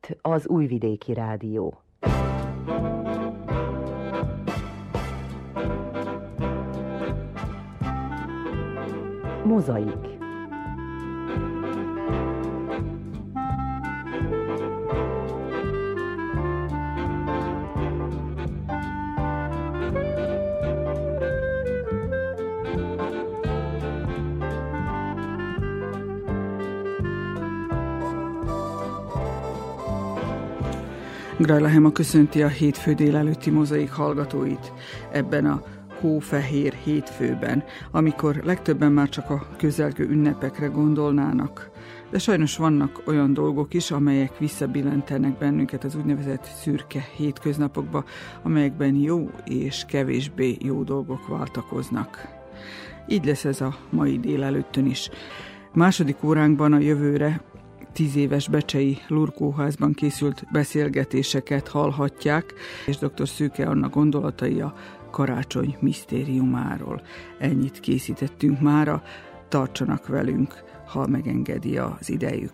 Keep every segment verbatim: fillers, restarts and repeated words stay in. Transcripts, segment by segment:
Itt az Újvidéki Rádió. Mozaik. Grajla Hema köszönti a hétfő délelőtti Mozaik hallgatóit ebben a hófehér hétfőben, amikor legtöbben már csak a közelgő ünnepekre gondolnának. De sajnos vannak olyan dolgok is, amelyek visszabillentenek bennünket az úgynevezett szürke hétköznapokba, amelyekben jó és kevésbé jó dolgok váltakoznak. Így lesz ez a mai délelőttön is. Második óránkban a jövőre tíz éves becsei Lurkóházban készült beszélgetéseket hallhatják, és dr. Szőke Anna gondolatai a karácsony misztériumáról. Ennyit készítettünk mára, tartsanak velünk, ha megengedi az idejük.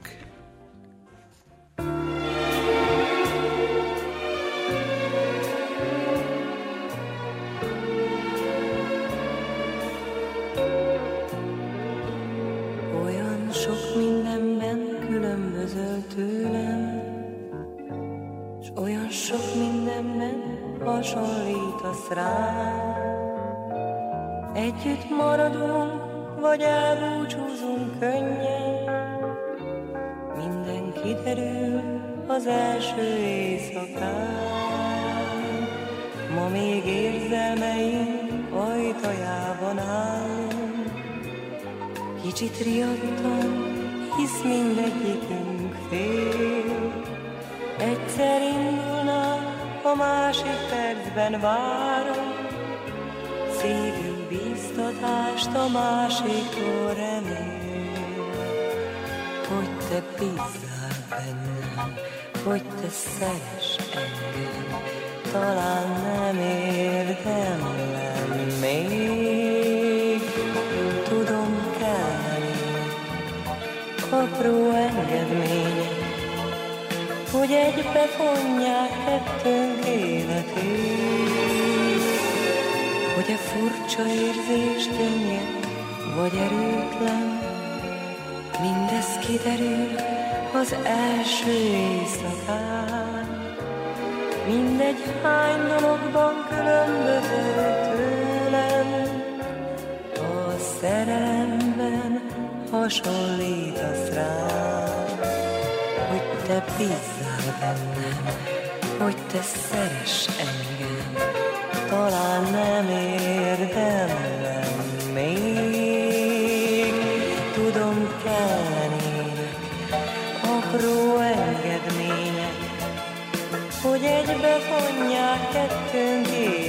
Olyan sok mindenben különbözöl tőlem, s olyan sok mindenben hasonlítasz rám. Együtt maradunk, vagy elbúcsúzunk könnyen, minden kiderül az első éjszakán. Ma még érzelmeink ajtajában állunk, kicsit riadtan, hisz mindegyikünk fél. Egyszer indulnánk, a másik percben várom, szívünk bíztatást a másiktól remél. Hogy te bízzál bennem, hogy te szeress engem, talán nem érdemlem még. Tudom, kellene apró engedmények, hogy egybefonják kettőnk életét. Hogy a furcsa érzés gyenge vagy erőtlen, mindez kiderül az első éjszakán. Mindegy hány dologban különböző tőlem, a szerelemben hasonlítasz rám. Hogy te bízzál bennem, hogy te szeress engem, talán nem érdemlem még. Tudom, kellenének apró engedmények, hogy egybefonják kettőnk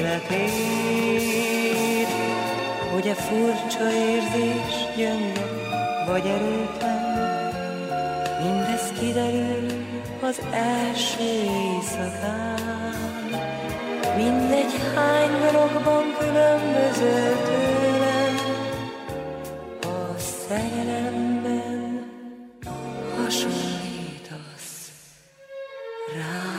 életét. Hogy a furcsa érzés gyönge vagy erőtlen, mindez kiderül az első éjszakán. Mindegy hány dologban különböző tőlem, a szerelemben hasonlítasz rám.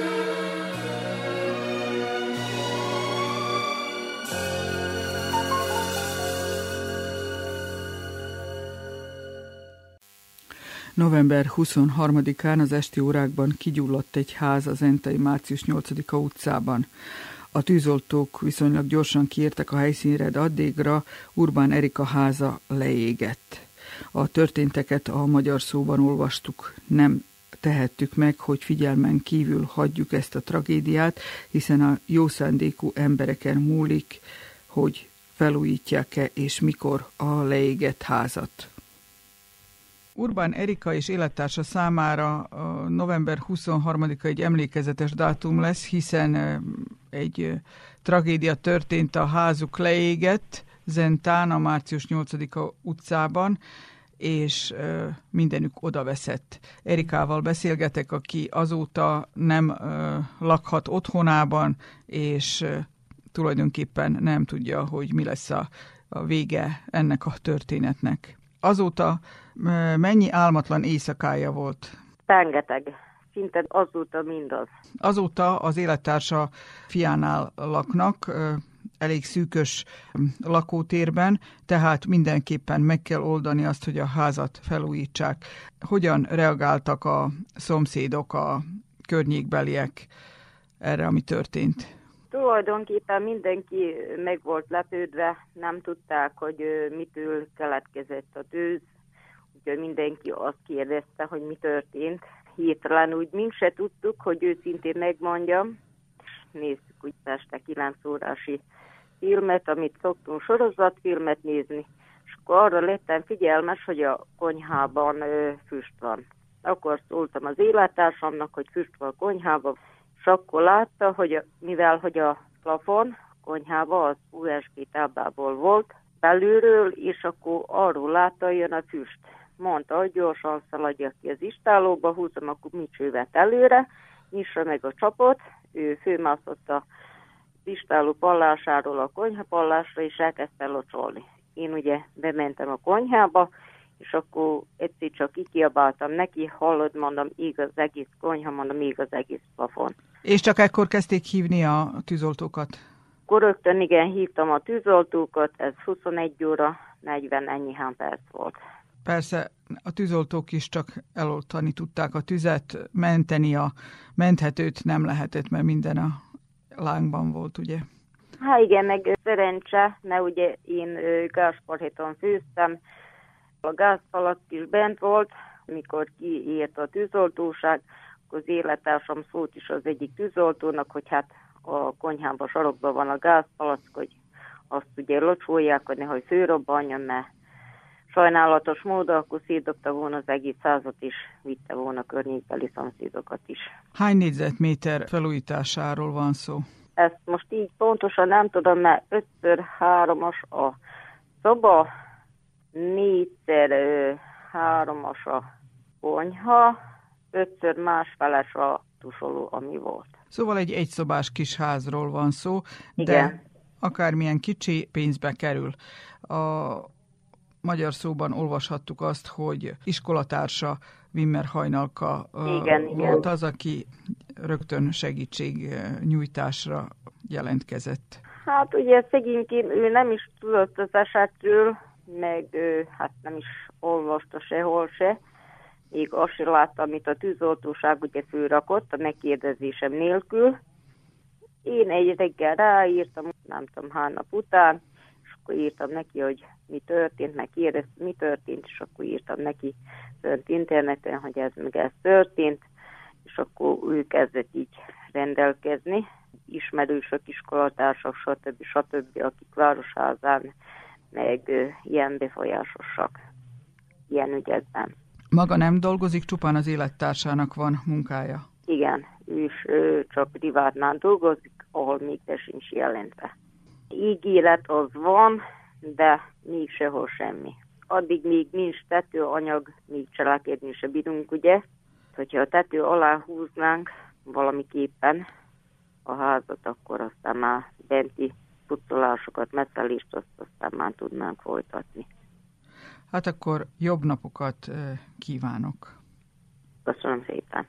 november huszonharmadikán az esti órákban kigyulladt egy ház az Entai Március nyolcadika utcában. A tűzoltók viszonylag gyorsan kiértek a helyszínre, de addigra Urbán Erika háza leégett. A történteket a Magyar Szóban olvastuk, nem tehettük meg, hogy figyelmen kívül hagyjuk ezt a tragédiát, hiszen a jó szándékú embereken múlik, hogy felújítják-e és mikor a leégett házat. Urbán Erika és élettársa számára november huszonharmadika egy emlékezetes dátum lesz, hiszen egy tragédia történt, a házuk leégett Zentán, a Március nyolcadika utcában, és mindenük odaveszett. Erikával beszélgetek, aki azóta nem lakhat otthonában, és tulajdonképpen nem tudja, hogy mi lesz a, a vége ennek a történetnek. Azóta mennyi álmatlan éjszakája volt? Rengeteg. szinte azóta mindaz. Azóta az élettársa fiánál laknak, elég szűkös lakótérben, tehát mindenképpen meg kell oldani azt, hogy a házat felújítsák. Hogyan reagáltak a szomszédok, a környékbeliek erre, ami történt? Tulajdonképpen mindenki meg volt lepődve, nem tudták, hogy mitől keletkezett a tűz, úgyhogy mindenki azt kérdezte, hogy mi történt. Hirtelen úgy mi se tudtuk, hogy őszintén megmondjam. Néztük úgy este kilenc órási filmet, amit szoktunk sorozatfilmet nézni, és akkor arra lettem figyelmes, hogy a konyhában ö, füst van. Akkor szóltam az élettársamnak, hogy füst van a konyhában, és akkor látta, hogy a, mivel hogy a plafon a konyhában az u es bé táblából volt belülről, és akkor arról látta, hogy jön a füst. Mondta, hogy gyorsan szaladjak ki az istálóba, húzom a gumicsővet előre, nyissa meg a csapot, ő főmászott a istáló pallásáról a konyhapallásra, és elkezdte locsolni. Én ugye bementem a konyhába, és akkor egyszer csak kikiabáltam neki, hallod, mondom, ég az egész konyha, mondom, ég az egész plafon. És csak ekkor kezdték hívni a tűzoltókat? Akkor rögtön igen, hívtam a tűzoltókat, ez huszonegy óra, negyven ennyihány perc volt. Persze a tűzoltók is csak eloltani tudták a tüzet, menteni a menthetőt nem lehetett, mert minden a lángban volt, ugye? Hát igen, meg szerencse, mert ugye én gázpalhéton főztem, a gázpalack is bent volt, mikor kiért a tűzoltóság, akkor az élettársam szólt is az egyik tűzoltónak, hogy hát a konyhában sarokban van a gázpalack, hogy azt ugye locsolják, hogy nehogy főrobbanjon, mert sajnálatos módon akkor szétdobta volna az egész házat is, vitte volna környékbeli szomszédokat is. Hány négyzetméter felújításáról van szó? Ezt most így pontosan nem tudom, mert ötször háromos a szoba, négyszer háromos a konyha, ötször másfeles a tusoló, ami volt. Szóval egy egyszobás kis házról van szó, igen. De akármilyen kicsi pénzbe kerül. A magyar szóban olvashattuk azt, hogy iskolatársa Wimmer Hajnalka igen, volt igen. az, aki rögtön segítségnyújtásra jelentkezett. Hát ugye szegényként ő nem is tudott az esetről, meg hát nem is olvasta sehol se. Még azt sem látta, amit a tűzoltóság ugye fölrakott, a megkérdezésem nélkül. Én egy reggel ráírtam, nem tudom hány nap után, és akkor írtam neki, hogy mi történt, meg kérdezte, mi történt, és akkor írtam neki fönt interneten, hogy ez meg ez történt, és akkor ő kezdett így rendelkezni. Ismerősök, iskolatársak, stb. stb., akik városházán, meg ö, ilyen befolyásosak ilyen ügyekben. Maga nem dolgozik, csupán az élettársának van munkája? Igen, ő is ö, csak privátnál dolgozik, ahol még te sincs jelentve. Ígéret az van, de még sehol semmi. Addig még nincs tetőanyag, még cselekedni se bírunk, ugye? Hogyha a tető alá húznánk valamiképpen a házat, akkor aztán már benti pucolásokat, metszelést, azt aztán már tudnánk folytatni. Hát akkor jobb napokat kívánok. Köszönöm szépen.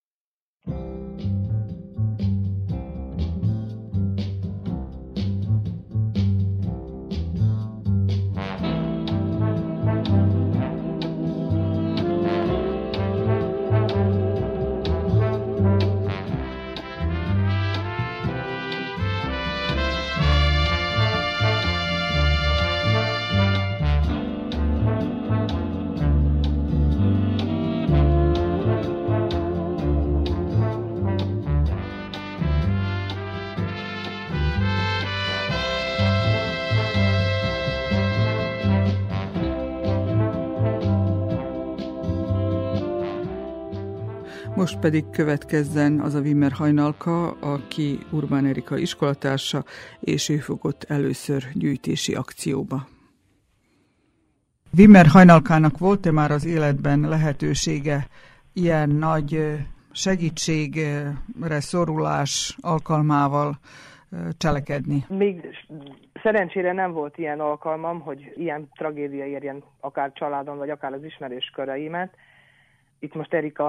Most pedig következzen az a Wimmer Hajnalka, aki Urbán Erika iskolatársa, és ő fogott először gyűjtési akcióba. Wimmer Hajnalkának volt-e már az életben lehetősége ilyen nagy segítségre szorulás alkalmával cselekedni? Még szerencsére nem volt ilyen alkalmam, hogy ilyen tragédia érjen akár családon, vagy akár az ismerős köreimet. Itt most Erika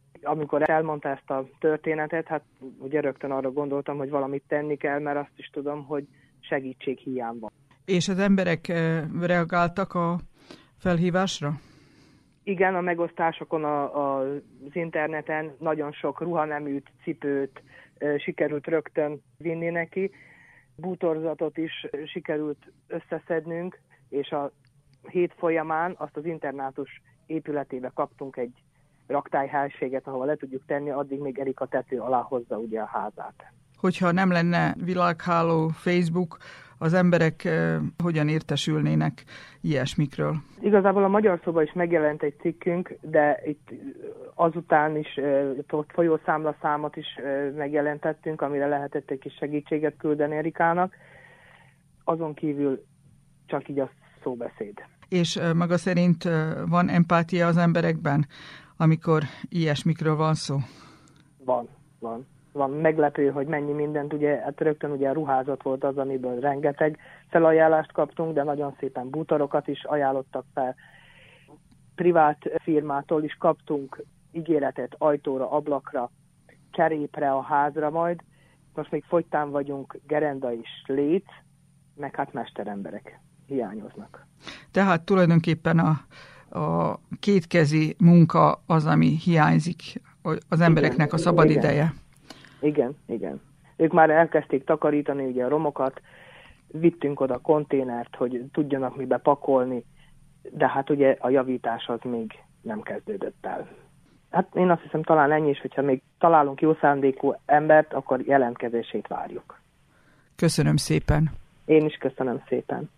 Amikor elmondta ezt a történetet, hát ugye rögtön arra gondoltam, hogy valamit tenni kell, mert azt is tudom, hogy segítség hiány van. És az emberek reagáltak a felhívásra? Igen, a megosztásokon a, a, az interneten nagyon sok ruhaneműt, cipőt e, sikerült rögtön vinni neki. Bútorzatot is sikerült összeszednünk, és a hét folyamán azt az internátus épületébe kaptunk egy raktályhelységet, ahol le tudjuk tenni, addig még Erika tető alá hozza ugye a házát. Hogyha nem lenne világháló, Facebook, az emberek eh, hogyan értesülnének ilyesmikről? Igazából a Magyar Szóban is megjelent egy cikkünk, de itt azután is eh, ott folyószámlaszámot is eh, megjelentettünk, amire lehetett egy kis segítséget küldeni Erikának. Azon kívül csak így a szóbeszéd. És eh, maga szerint eh, van empátia az emberekben, amikor ilyesmikről van szó? Van, van. Van meglepő, hogy mennyi mindent, ugye hát rögtön ugye a ruházat volt az, amiből rengeteg felajánlást kaptunk, de nagyon szépen bútorokat is ajánlottak fel. Privát firmától is kaptunk ígéretet ajtóra, ablakra, cserépre a házra majd. Most még fogytán vagyunk, gerenda is, léc, meg hát mesteremberek hiányoznak. Tehát tulajdonképpen a, a kétkezi munka az, ami hiányzik az embereknek, igen, a szabad igen. ideje. Igen, igen. Ők már elkezdték takarítani ugye a romokat, vittünk oda konténert, hogy tudjanak mibe pakolni, de hát ugye a javítás az még nem kezdődött el. Hát én azt hiszem talán ennyi is, hogyha még találunk jó szándékú embert, akkor jelentkezését várjuk. Köszönöm szépen. Én is köszönöm szépen.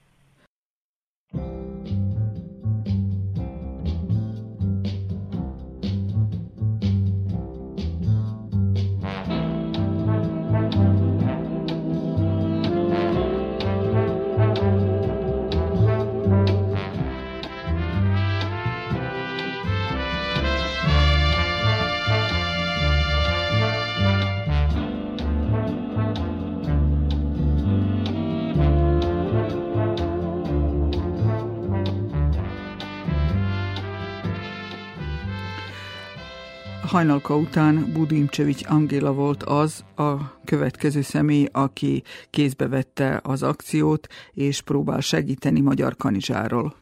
Hajnalka után Budimcsevics Angéla volt az a következő személy, aki kézbe vette az akciót, és próbál segíteni Magyar Kanizsáról.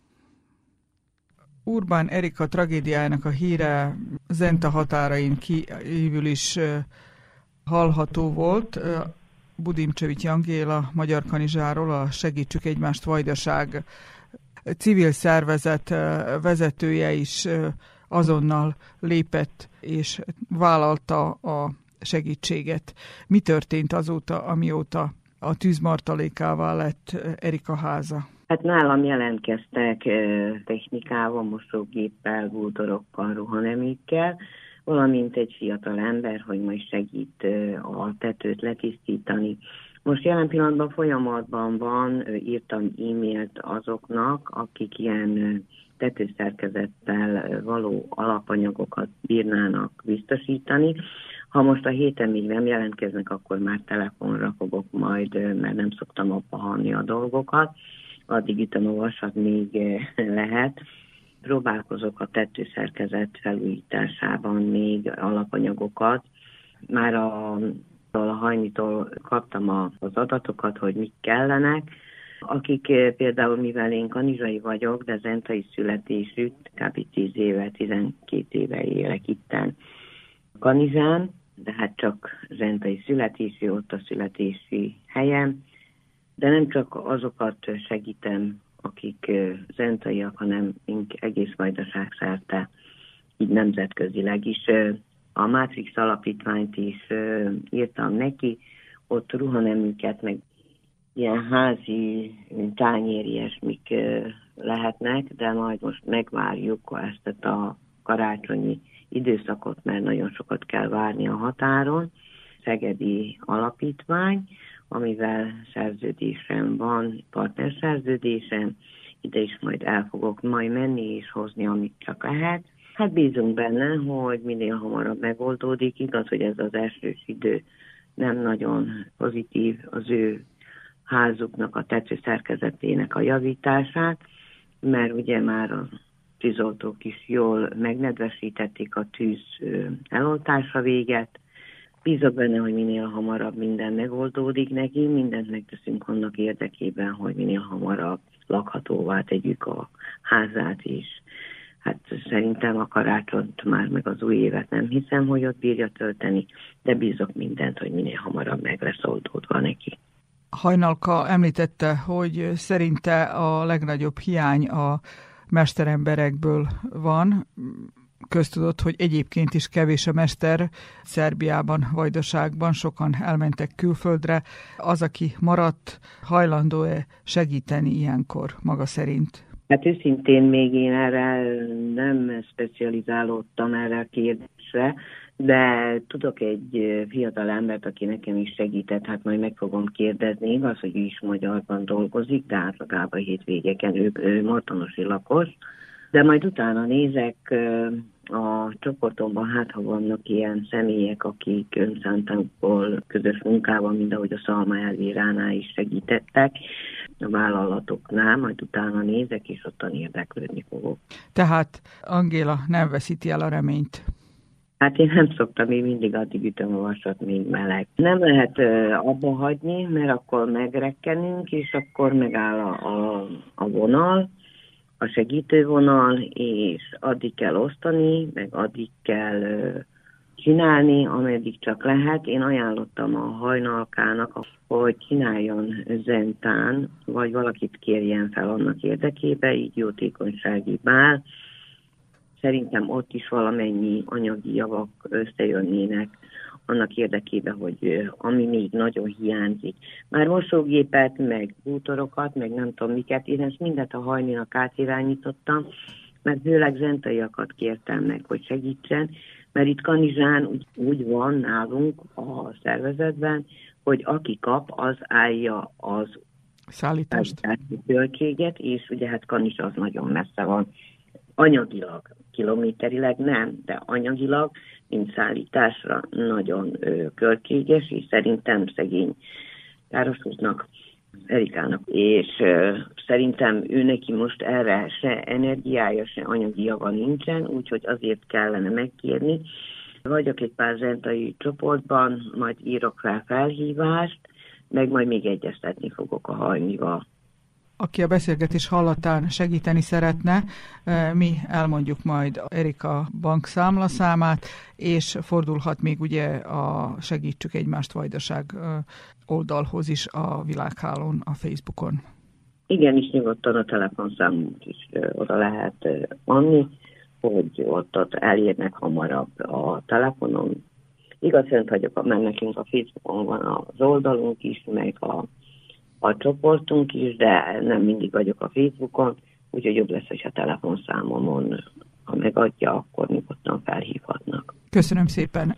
Urbán Erika tragédiájának a híre Zenta határain kívül is hallható volt. Budimcsevics Angéla Magyar Kanizsáról, a Segítsük Egymást Vajdaság civil szervezet vezetője is azonnal lépett és vállalta a segítséget. Mi történt azóta, amióta a tűzmartalékává lett Erika háza? Hát nálam jelentkeztek technikával, mosógéppel, bútorokkal, ruhaneműkkel, valamint egy fiatal ember, hogy majd segít a tetőt letisztítani. Most jelen pillanatban folyamatban van, írtam e-mailt azoknak, akik ilyen tetőszerkezettel való alapanyagokat bírnának biztosítani. Ha most a héten még nem jelentkeznek, akkor már telefonra fogok majd, mert nem szoktam abba hagyni a dolgokat. Addig itt a vasat még lehet. Próbálkozok a tetőszerkezet felújításában még alapanyagokat. Már a, a Hajnitól kaptam az adatokat, hogy mik kellenek. Akik például, mivel én kanizsai vagyok, de zentai születésű, kb. tíz éve, tizenkét éve élek itten Kanizsán, de hát csak zentai születésű, ott a születési helyem. De nem csak azokat segítem, akik zentaiak, hanem egész Vajdaság szerte, így nemzetközileg is. A Matrix alapítványt is írtam neki, ott ruhaneműket, meg ilyen házi, tányér, ilyesmik lehetnek, de majd most megvárjuk ezt a karácsonyi időszakot, mert nagyon sokat kell várni a határon. Szegedi alapítvány, amivel szerződésem van, partnerszerződésem, ide is majd el fogok majd menni és hozni, amit csak lehet. Hát bízunk benne, hogy minél hamarabb megoldódik. Igaz, hogy ez az elsős idő nem nagyon pozitív az ő házuknak, a tető szerkezetének a javítását, mert ugye már a tűzoltók is jól megnedvesítették a tűz eloltása véget. Bízok benne, hogy minél hamarabb minden megoldódik neki, mindent megteszünk annak érdekében, hogy minél hamarabb lakhatóvá tegyük a házát is. Hát szerintem a karácsonyt már meg az új évet nem hiszem, hogy ott bírja tölteni, de bízok mindent, hogy minél hamarabb meg lesz oldódva neki. Hajnalka említette, hogy szerinte a legnagyobb hiány a mesteremberekből van. Köztudott, hogy egyébként is kevés a mester Szerbiában, Vajdaságban, sokan elmentek külföldre. Az, aki maradt, hajlandó-e segíteni ilyenkor maga szerint? Hát őszintén még én erre nem specializálódtam erre a kérdésre, de tudok egy fiatal embert, aki nekem is segített, hát majd meg fogom kérdezni, igaz, hogy ő is magyarban dolgozik, de átlagában hétvégeken ő, ő martonosi lakos, de majd utána nézek a csoportomban, hát ha vannak ilyen személyek, akik önszántából közös munkában, mint ahogy a Szalma Elvíránál is segítettek, a vállalatoknál, majd utána nézek, és ottan érdeklődni fogok. Tehát Angéla nem veszíti el a reményt? Hát én nem szoktam, én mindig addig ütöm a vasat, még meleg. Nem lehet uh, abba hagyni, mert akkor megrekkenünk, és akkor megáll a, a, a vonal, a segítővonal, és addig kell osztani, meg addig kell uh, csinálni, ameddig csak lehet. Én ajánlottam a Hajnalkának, hogy csináljon zentán, vagy valakit kérjen fel annak érdekébe, így jótékonysági bál. Szerintem ott is valamennyi anyagi javak összejönnének annak érdekében, hogy ami még nagyon hiányzik. Már mosógépet, meg bútorokat, meg nem tudom miket, én ezt mindet a Hajninak átirányítottam, mert főleg zentaiakat kértem meg, hogy segítsen, mert itt Kanizsán úgy, úgy van nálunk a szervezetben, hogy aki kap, az állja az szállítást, költséget, és ugye hát Kanizsa az nagyon messze van. Anyagilag, kilométerileg nem, de anyagilag, mint szállításra nagyon ö, költséges, és szerintem szegény Károsúznak, Erikának, és ö, szerintem ő neki most erre se energiája, se anyagi java nincsen, úgyhogy azért kellene megkérni. Vagyok egy pár zentai csoportban, majd írok rá felhívást, meg majd még egyeztetni fogok a Hajnival. Aki a beszélgetés hallatán segíteni szeretne, mi elmondjuk majd Erika bankszámla számát, és fordulhat még ugye a Segítsük Egymást Vajdaság oldalhoz is a világhálón, a Facebookon. Igen, is nyugodtan a telefonszámot is oda lehet adni, hogy ott, ott elérnek hamarabb a telefonon. Igaz, fent vagyok, mert nekünk a Facebookon van az oldalunk is, meg a a csoportunk is, de nem mindig vagyok a Facebookon, úgyhogy jobb lesz, hogyha telefonszámomon, ha megadja, akkor nyugodtan felhívhatnak. Köszönöm szépen!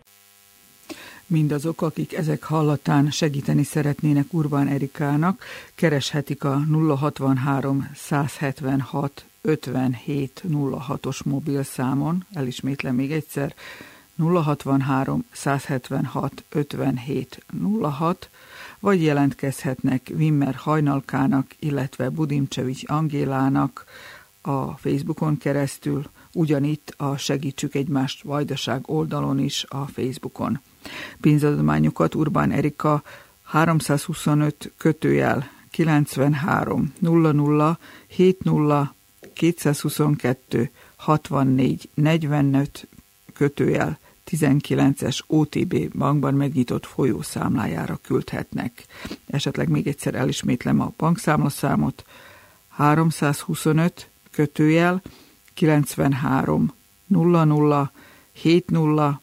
Mindazok, akik ezek hallatán segíteni szeretnének Urbán Erikának, kereshetik a nulla hatvanhárom százhetvenhat ötvenhét nulla hatos mobilszámon, elismétlem még egyszer, nulla hatvanhárom százhetvenhat ötvenhét nulla hat, vagy jelentkezhetnek Wimmer Hajnalkának, illetve Budimcsevics Angélának a Facebookon keresztül, ugyanitt a Segítsük Egymást Vajdaság oldalon is a Facebookon. Pénzadományokat Urbán Erika háromszázhuszonöt kötőjel kilencvenhárom nulla nulla hét nulla kétszázhuszonkettő hatvannégy negyvenöt kötőjel tizenkilences o té bé bankban megnyitott folyószámlájára küldhetnek. Esetleg még egyszer elismétlem a bankszámlaszámot: háromszázhuszonöt kötőjel kilencvenhárom nulla nulla hét nulla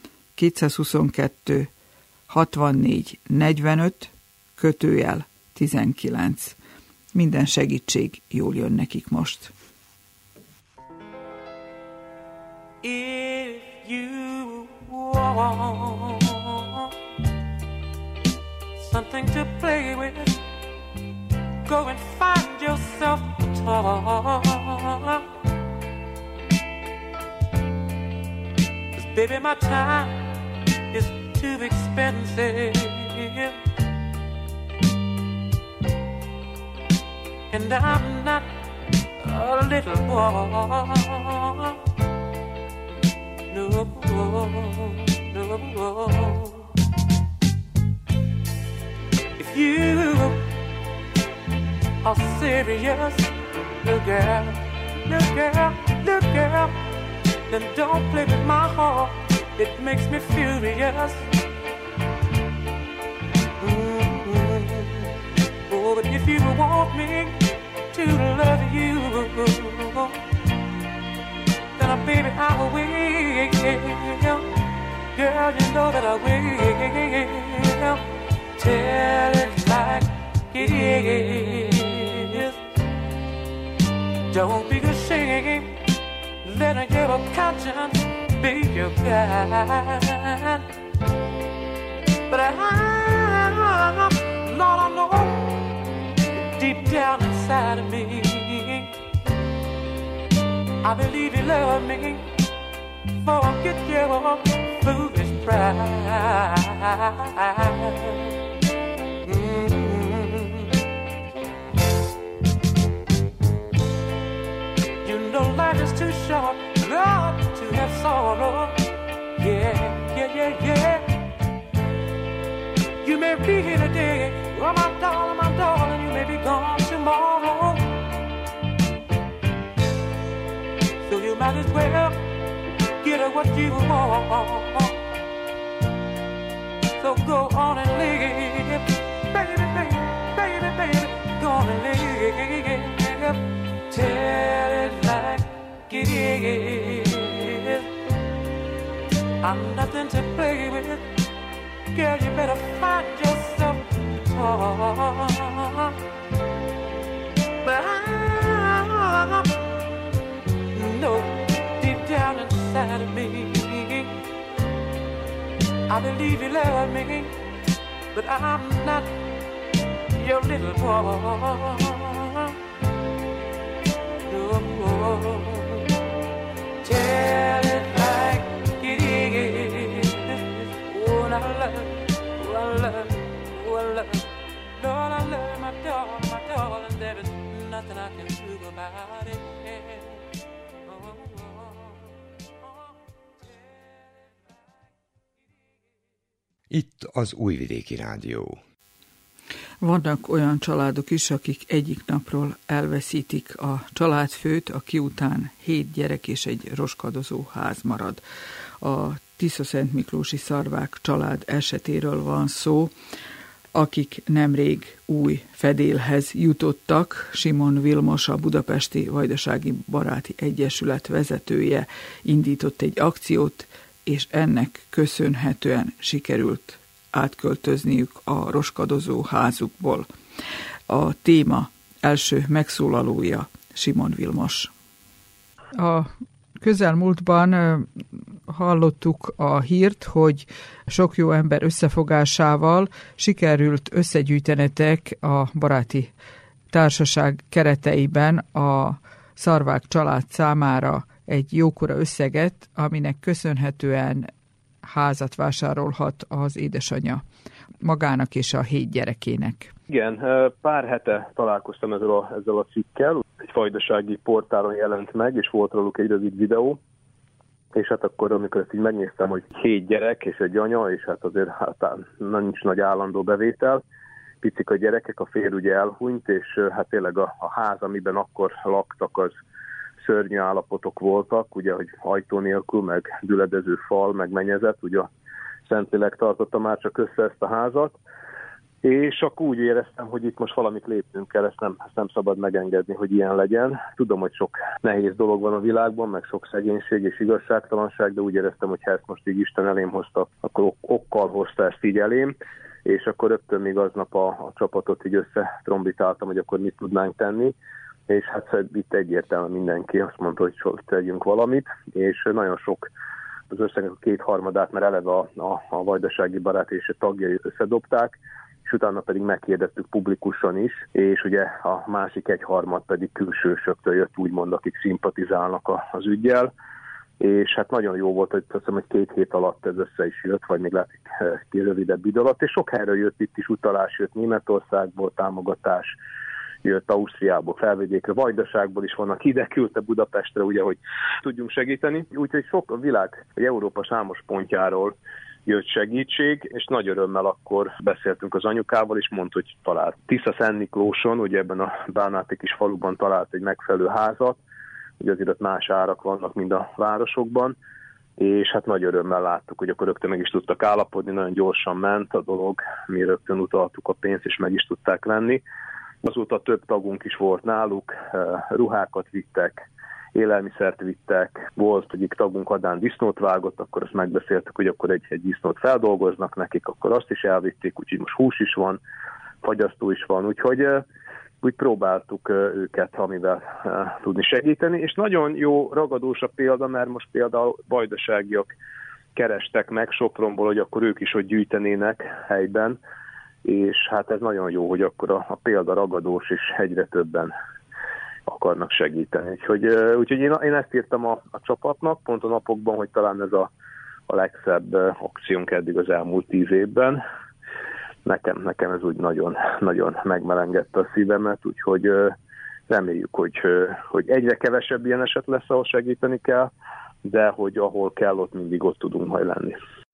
kétszázhuszonkettő hatvannégy negyvenöt kötőjel tizenkilenc. Minden segítség jól jön nekik most. If you want something to play with, go and find yourself a toy. 'Cause baby, my time is too expensive, and I'm not a little boy. No, no. If you are serious, little girl, little girl, little girl, then don't play with my heart. It makes me furious. Mm-hmm. Oh, but if you want me to love you, then uh, baby, I will wait. Girl, you know that I will. Tell it like it is. Don't be ashamed. Let your conscience be your guide. But I, Lord, I know deep down inside of me, I believe you love me. Forget your foolish pride. Mm-hmm. You know life is too short, Lord, to have sorrow. Yeah, yeah, yeah, yeah. You may be here today, oh my darling, my darling, you may be gone tomorrow. So you might as well get what you want. So go on and live, baby, baby, baby, baby, go on and live. Tell it like it is. I'm nothing to play with. Girl, you better find yourself a talk. But I know deep down inside of me, I believe you love me, but I'm not your little boy. No, tell it like it is. Oh, I love, oh, I love, oh, I love, Lord, I love my darling, my darling. There is nothing I can do about it. Itt az Újvidéki Rádió. Vannak olyan családok is, akik egyik napról elveszítik a családfőt, aki után hét gyerek és egy roskadozó ház marad. A Tiszaszentmiklósi Szarvák család esetéről van szó, akik nemrég új fedélhez jutottak. Simon Vilmos, a Budapesti Vajdasági Baráti Egyesület vezetője indított egy akciót, és ennek köszönhetően sikerült átköltözniük a roskadozó házukból. A téma első megszólalója Simon Vilmos. A közelmúltban hallottuk a hírt, hogy sok jó ember összefogásával sikerült összegyűjtenetek a baráti társaság kereteiben a Szarvák család számára egy jókora összeget, aminek köszönhetően házat vásárolhat az édesanyja magának és a hét gyerekének. Igen, pár hete találkoztam ezzel a, ezzel a cikkel, egy vajdasági portálon jelent meg, és volt róluk egy rövid videó, és hát akkor, amikor ezt így megnéztem, hogy hét gyerek és egy anya, és hát azért hát nincs nagy állandó bevétel, picik a gyerekek, a férj ugye elhunyt, és hát tényleg a, a ház, amiben akkor laktak, az szörnyű állapotok voltak, ugye, hogy ajtó nélkül, meg düledező fal, meg mennyezet, ugye a Szentlélek tartotta már csak össze ezt a házat, és akkor úgy éreztem, hogy itt most valamit lépnünk kell, ezt nem, ezt nem szabad megengedni, hogy ilyen legyen. Tudom, hogy sok nehéz dolog van a világban, meg sok szegénység és igazságtalanság, de úgy éreztem, hogy ha ezt most így Isten elém hozta, akkor okkal hozta ezt így elém, és akkor rögtön még aznap a, a csapatot így összetrombitáltam, hogy akkor mit tudnánk tenni, és hát itt egyértelműen mindenki azt mondta, hogy tegyünk valamit, és nagyon sok az összegnek a kétharmadát, mert eleve a, a, a Vajdasági Barát és a tagjai összedobták, és utána pedig megkérdezzük publikusan is, és ugye a másik egyharmad pedig külsősöktől jött, úgymond, akik szimpatizálnak a, az üggyel, és hát nagyon jó volt, hogy azt hiszem, hogy két hét alatt ez össze is jött, vagy még lehet, hogy rövidebb idő alatt, és sok helyről jött itt is utalás, jött Németországból támogatás, jött Ausztriából, felvidékre, Vajdaságból is vannak, ide küldte Budapestre, ugye, hogy tudjunk segíteni. Úgyhogy sok a világ, vagy Európa számos pontjáról jött segítség, és nagy örömmel akkor beszéltünk az anyukával, és mondta, hogy talált Tisza-Szent Miklóson, ugye ebben a Bánáti kis faluban talált egy megfelelő házat, ugye azért ott más árak vannak, mint a városokban, és hát nagy örömmel láttuk, hogy akkor rögtön meg is tudtak állapodni, nagyon gyorsan ment a dolog, mi rögtön utaltuk a pénzt, és meg is tudták venni. Azóta több tagunk is volt náluk, ruhákat vittek, élelmiszert vittek, volt egyik tagunk Adán disznót vágott, akkor azt megbeszéltük, hogy akkor egy, egy disznót feldolgoznak nekik, akkor azt is elvitték, úgyhogy most hús is van, fagyasztó is van, úgyhogy úgy próbáltuk őket, amivel tudni segíteni, és nagyon jó ragadós a példa, mert most például vajdaságiak kerestek meg Sopronból, hogy akkor ők is ott gyűjtenének helyben, és hát ez nagyon jó, hogy akkor a, a példa ragadós, és egyre többen akarnak segíteni. Úgyhogy, úgyhogy én, én ezt írtam a, a csapatnak, pont a napokban, hogy talán ez a, a legszebb akciónk eddig az elmúlt tíz évben. Nekem, nekem ez úgy nagyon, nagyon megmelengedte a szívemet, úgyhogy reméljük, hogy, hogy egyre kevesebb ilyen eset lesz, ahol segíteni kell, de hogy ahol kell, ott mindig ott tudunk majd lenni.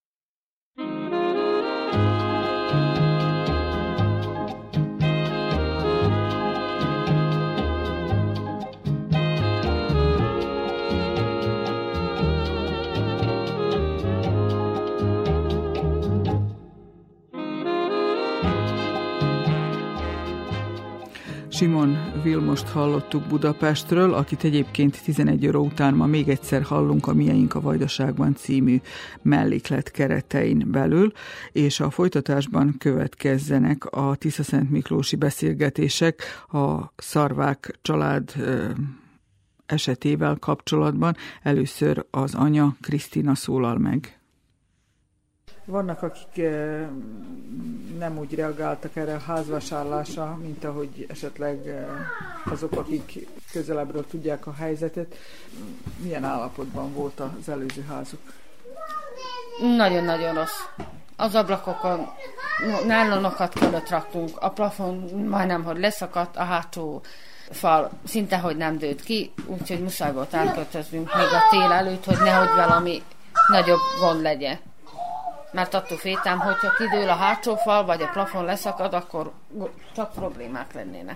Simon Vilmost hallottuk Budapestről, akit egyébként tizenegy óra után ma még egyszer hallunk a Mieink a Vajdaságban című melléklet keretein belül, és a folytatásban következzenek a Tisza-Szent Miklósi beszélgetések a Szarvák család esetével kapcsolatban. Először az anya, Krisztina szólal meg. Vannak, akik nem úgy reagáltak erre a házvásárlásra, mint ahogy esetleg azok, akik közelebbről tudják a helyzetet. Milyen állapotban volt az előző házuk? Nagyon-nagyon rossz. Az ablakokon nálonokat kellett raknunk, a plafon majdnem, hogy leszakadt, a hátsó fal szinte, hogy nem dőlt ki, úgyhogy muszáj volt elköltöznünk még a tél előtt, hogy nehogy valami nagyobb gond legyen. Mert attól féltem, hogyha kidől a hátsó fal, vagy a plafon leszakad, akkor csak problémák lennének.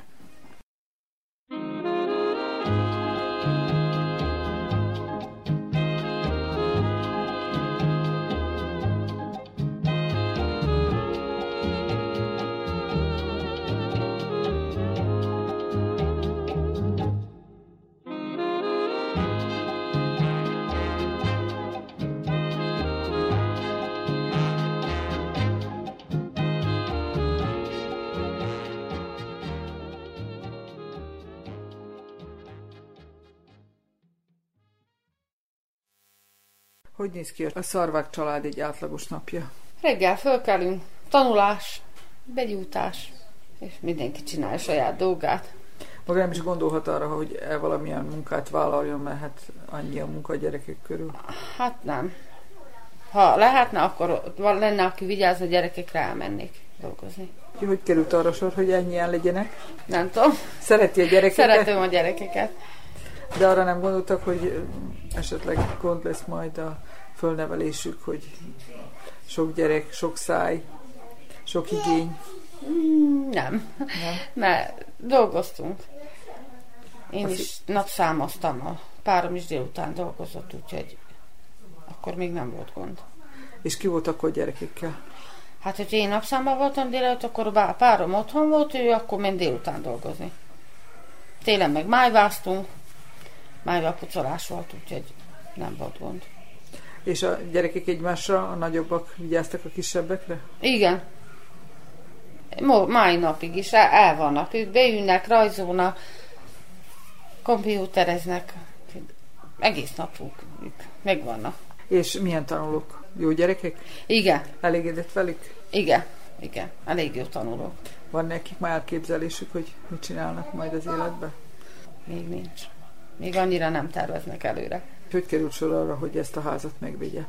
Hogy néz ki a Szarvák család egy átlagos napja? Reggel fölkelünk, tanulás, begyújtás, és mindenki csinálja saját dolgát. Maga nem is gondolhat arra, hogy el valamilyen munkát vállaljon, mert hát annyi a munka a gyerekek körül? Hát nem. Ha lehetne, akkor lenne, aki vigyázna a gyerekekre, elmennék dolgozni. Hogy került arra sor, hogy ennyien legyenek? Nem tudom. Szereti a gyerekeket? Szeretem a gyerekeket. De arra nem gondoltak, hogy esetleg gond lesz majd a fölnevelésük, hogy sok gyerek, sok száj, sok igény? Nem, nem. Mert dolgoztunk. Én Azt is napszámoztam, a párom is délután dolgozott, úgyhogy akkor még nem volt gond. És ki volt akkor gyerekekkel? Hát, hogyha én napszámban voltam délután, akkor a párom otthon volt, ő akkor ment délután dolgozni. Télen meg májváztunk, májvapucolás volt, úgyhogy nem volt gond. És a gyerekek egymásra, a nagyobbak vigyáztak a kisebbekre? Igen. Mai napig is el, el vannak. Ők beülnek, rajzolnak, kompjútereznek. Egész napuk megvannak. És milyen tanulók? Jó gyerekek? Igen. Elégedett velük? Igen. Igen. Elég jó tanulók. Van nekik már elképzelésük, hogy mit csinálnak majd az életben? Még nincs. Még annyira nem terveznek előre. Hogy került sor arra, hogy ezt a házat megvigye?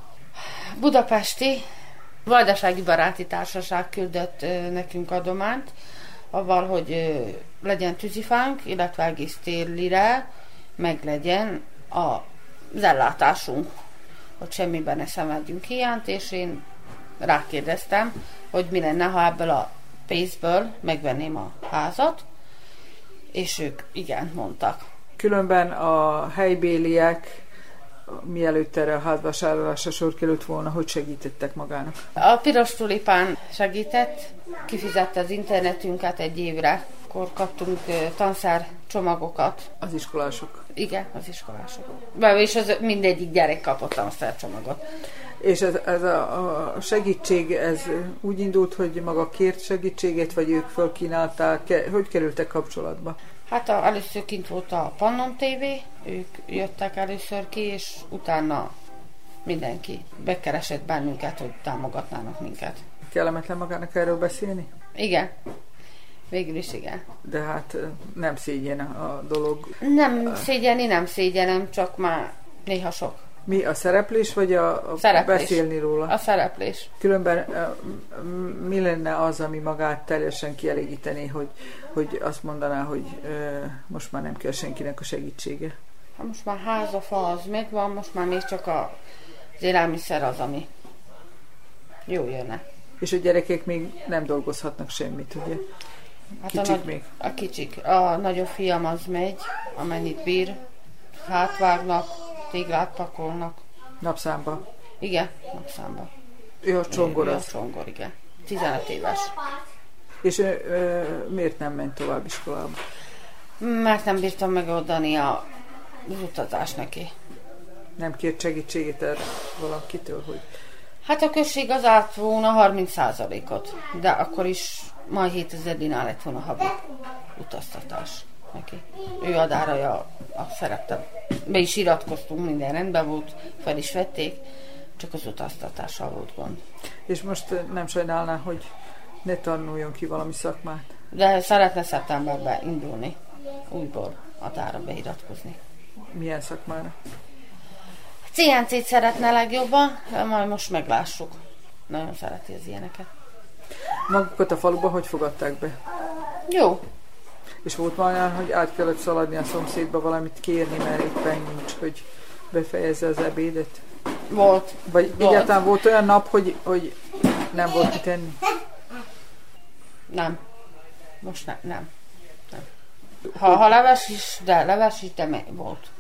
Budapesti Vajdasági Baráti Társaság küldött nekünk adományt, avval, hogy ö, legyen tűzifánk, illetve egész télire meg legyen az ellátásunk, hogy semmiben ne szenvedjünk hiányt, és én rákérdeztem, hogy mi lenne, ha ebből a pénzből megvenném a házat, és ők igent mondtak. Különben a helybéliek, mielőtt erre a hátvásárolásra sor került volna, hogy segítettek magának? A Piros Tulipán segített, kifizette az internetünket egy évre, akkor kaptunk tanszár csomagokat. Az iskolások? Igen, az iskolások. És az mindegyik gyerek kapott tanszár csomagot. És ez, ez a, a segítség, ez úgy indult, hogy maga kért segítséget, vagy ők fölkínálták? Hogy kerültek kapcsolatba? Hát a, először kint volt a Pannon té vé, ők jöttek először ki, és utána mindenki bekeresett bennünket, hogy támogatnának minket. Kellemetlen magának erről beszélni? Igen. Végül is igen. De hát nem szégyen a dolog. Nem szégyeni, nem szégyenem, csak már néha sok. Mi a szereplés, vagy a, a beszélni róla? A szereplés. Különben mi lenne az, ami magát teljesen kielégítené, hogy, hogy azt mondaná, hogy most már nem kell senkinek a segítsége? Ha most már ház, a fa az megvan, most már még csak a, az élelmiszer az, ami jó jönne. És a gyerekek még nem dolgozhatnak semmit, ugye? Hát kicsik a nagy, még? A kicsik. A nagyobb fiam az megy, amennyit bír, hátvágnak, téglát pakolnak. Napszámba? Igen, napszámba. Ő a csongor ő, ő az? a csongor, igen. tizenöt éves. És ő, ő, miért nem ment tovább iskolába? Mert nem bírtam megoldani a, az utazást neki. Nem kért segítséget erre valakitől, hogy... Hát a község az állt volna harminc százalékot, de akkor is majd hétezer dinár lett volna havi utaztatás neki. Ő adáraja, azt szerettem. Be is iratkoztunk, minden rendben volt, fel is vették, csak az utaztatással volt gond. És most nem sajnálná, hogy ne tanuljon ki valami szakmát? De szeretne szeptemberben indulni, újból adára beiratkozni. Milyen szakmára? cé en cét szeretne legjobban, majd most meglássuk. Nagyon szereti az ilyeneket. Magukat a faluban hogy fogadták be? Jó. És volt már olyan, hogy át kellett szaladni a szomszédba valamit kérni, mert éppen nincs, hogy befejezze az ebédet? Volt. Vagy volt. Egyáltalán volt olyan nap, hogy, hogy nem volt mit tenni? Nem. Most ne, nem. nem. Ha, ha leves is, de leves is, de meg volt.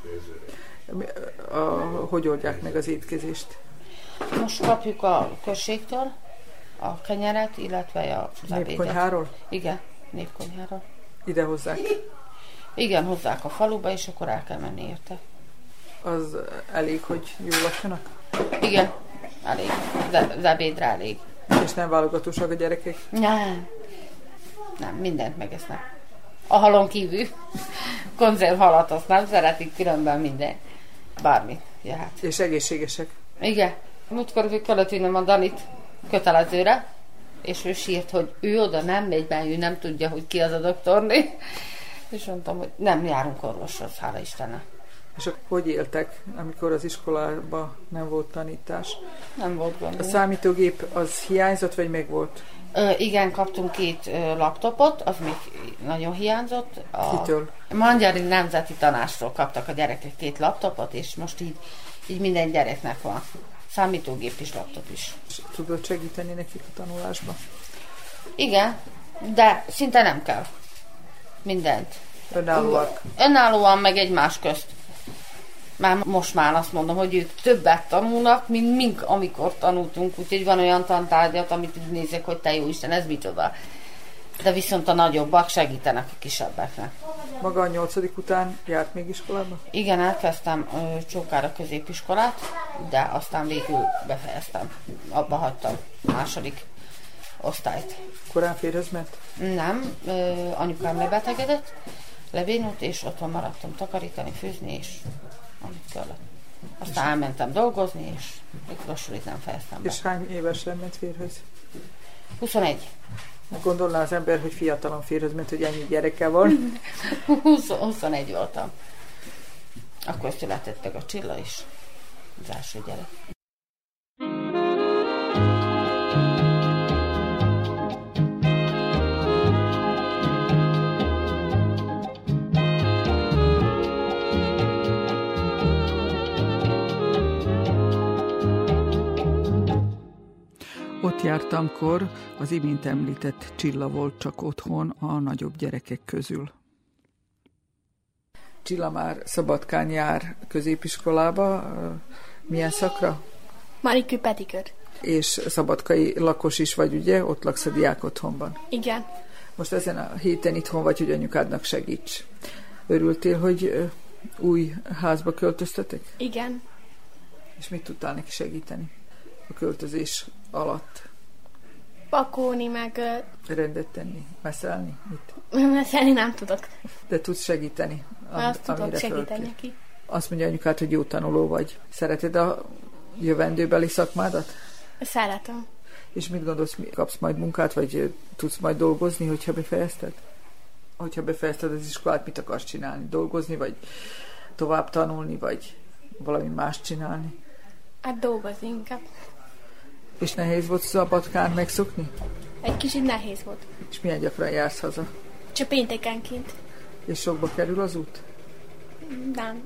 A, hogy oldják meg az étkezést? Most kapjuk a községtől a kenyeret, illetve a ebédet. Népkonyháról? Igen, népkonyháról. Ide hozzák? Igen, hozzák a faluba, és akkor el kell menni érte. Az elég, hogy jól lakjanak? Igen, elég. De az ebédre elég. És nem válogatósak a gyerekek? Nem. Nem, mindent megesznek. A halon kívül. Konzervhalat azt nem szeretik, különben minden. Bármit jöhet. És egészségesek? Igen. Múltkor hogy kellett vinnem a Danit kötelezőre, és ő sírt, hogy ő oda nem megy be, ő nem tudja, hogy ki az a doktorné. És mondtam, hogy nem járunk orvoshoz, hála Istennek. És akkor hogy éltek, amikor az iskolában nem volt tanítás? Nem volt gond. A számítógép az hiányzott, vagy meg volt? Ö, igen, kaptunk két ö, laptopot, az még nagyon hiányzott. A Kitől? Magyari Nemzeti Tanástól kaptak a gyerekek két laptopot, és most így, így minden gyereknek van. Számítógép is, laptop is. Tudod segíteni nekik a tanulásba? Igen, de szinte nem kell. Mindent. Önállóak? Önállóan, meg egymás közt. Már most már azt mondom, hogy ők többet tanulnak, mint mink, amikor tanultunk. Úgyhogy van olyan tantárgyat, amit így nézek, hogy te jó Isten, ez micsoda. De viszont a nagyobbak segítenek a kisebbeknek. Maga a nyolcadik után járt még iskolába? Igen, elkezdtem ö, Csókára középiskolát, de aztán végül befejeztem. Abba hagytam második osztályt. Korán férhez ment? Nem, ö, anyukám lebetegedett, lebénult, és otthon maradtam takarítani, főzni, és amit kellett. Aztán és elmentem dolgozni, és még lassulit nem fejeztem be. És hány évesen ment férhez? huszonegy. Gondolná az ember, hogy fiatalon férhez ment, hogy ennyi gyereke van. huszonegy voltam. Akkor született meg a Csilla is, az első gyerek. ott jártamkor az imént említett Csilla volt csak otthon a nagyobb gyerekek közül. Csilla már Szabadkán jár középiskolába. Milyen szakra? Marikő pedikőr. És szabadkai lakos is vagy, ugye? Ott laksz a diák otthonban. Igen. Most ezen a héten itthon vagy, hogy anyukádnak segíts. Örültél, hogy új házba költöztetek? Igen. És mit tudtál neki segíteni a költözés alatt? Pakolni, meg... Rendet tenni, messzelni? Mit? Messzelni nem tudok. De tudsz segíteni? Am- Azt tudok segíteni neki. Azt mondja anyukád, hogy jó tanuló vagy. Szereted a jövendőbeli szakmádat? Szeretem. És mit gondolsz, kapsz majd munkát, vagy tudsz majd dolgozni, hogyha befejezted? Hogyha befejezted az iskolát, mit akarsz csinálni? Dolgozni, vagy tovább tanulni, vagy valami más csinálni? Hát dolgozni inkább. És nehéz volt Szabadkán megszokni? Egy kicsit nehéz volt. És milyen gyakran jársz haza? Csak péntekenként. És sokba kerül az út? Nem.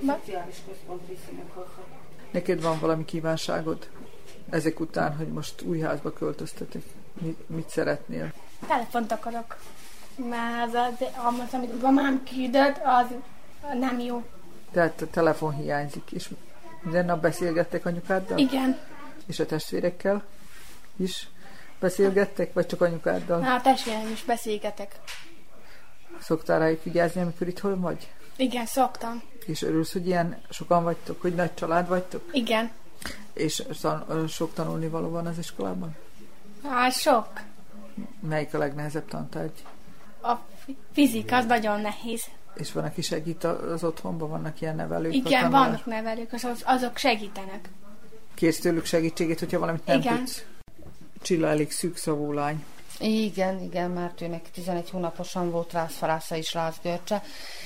Neked van valami kívánságod? Ezek után, hogy most új házba költöztetek. Mit, mit szeretnél? Telefont akarok. Mert az, az, az, amit a mamám küldött, az nem jó. Tehát a telefon hiányzik. És minden nap beszélgettek anyukáddal? Igen. És a testvérekkel is beszélgettek? Vagy csak anyukáddal? Na, a testvérem is beszélgetek. Szoktál rájuk vigyázni, amikor itthon vagy? Igen, szoktam. És örülsz, hogy ilyen sokan vagytok, hogy nagy család vagytok? Igen. És tan- sok tanulni való van az iskolában? Hát sok. Melyik a legnehezebb tantárgy? A fizika az nagyon nehéz. És van, aki segít az otthonban? Vannak ilyen nevelők? Igen, vannak nevelők, azok segítenek. Kérsz tőlük segítségét, hogyha valamit nem igen. tudsz? Csilla elég szűkszavú lány. Igen, igen, mert őnek tizenegy hónaposan volt rászfarásza és rázgörcse,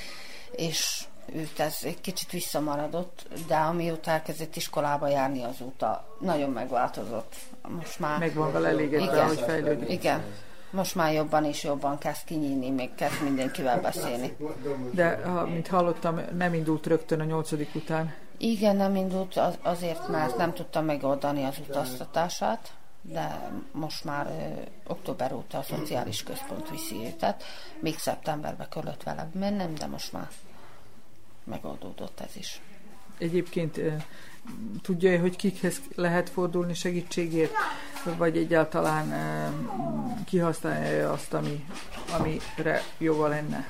és őt ez egy kicsit visszamaradott, de amióta elkezdett iskolába járni, azóta nagyon megváltozott. Most már... Meg van vele elégedve, hogy fejlődik. Igen. Most már jobban és jobban kezd kinyílni, még kezd mindenkivel beszélni. De, mint hallottam, nem indult rögtön a nyolcadik után. Igen, nem indult az, azért, mert nem tudtam megoldani az utaztatását, de most már ö, október óta a szociális központ viszi őtet. Még szeptemberben kellett vele mennem, de most már megoldódott ez is. Egyébként tudja, hogy kikhez lehet fordulni segítségért, vagy egyáltalán kihasználja azt, ami, amire jóval lenne?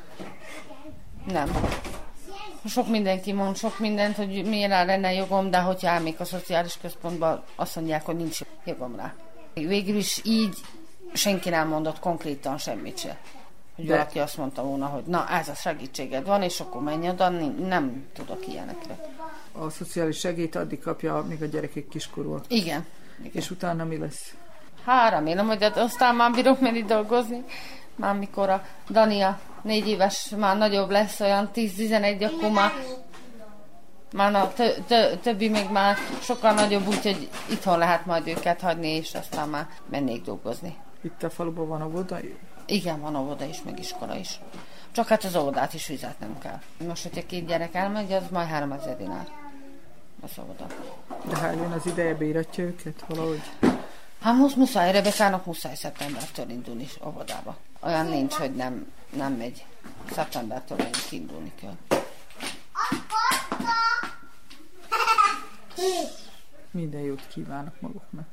Nem. Sok mindenki mond sok mindent, hogy mire lenne jogom, de hogyha elmék a szociális központba, azt mondják, hogy nincs jogom rá. Végül is így senki nem mondott konkrétan semmit se. Hogy de... valaki azt mondta volna, hogy na, ez a segítséged van, és akkor menj oda, nem tudok ilyenekre. A szociális segélyt addig kapja, még a gyerekek kiskorúak. Igen. Igen. És utána mi lesz? Hát remélem, hogy aztán már bírok menni dolgozni. Már mikor a Dania négy éves, már nagyobb lesz, olyan tíz-tizenegy, akkor már, már a tö- tö- többi még már sokkal nagyobb, úgyhogy itthon lehet majd őket hagyni, és aztán már mennék dolgozni. Itt a faluban van óvoda? Igen, van óvoda is, meg iskola is. Csak hát az óvodát is fizetnem kell. Most, hogyha két gyerek elmegy, az majd háromezer dinár. Az óvoda. De ha eljön az ideje, beíratja őket valahogy? Hát most muszáj, Rebekának muszáj szeptembertől indulni óvodába. Olyan nincs, hogy nem, nem megy. Szeptembertől megint indulni kell. Minden jót kívánok maguknak.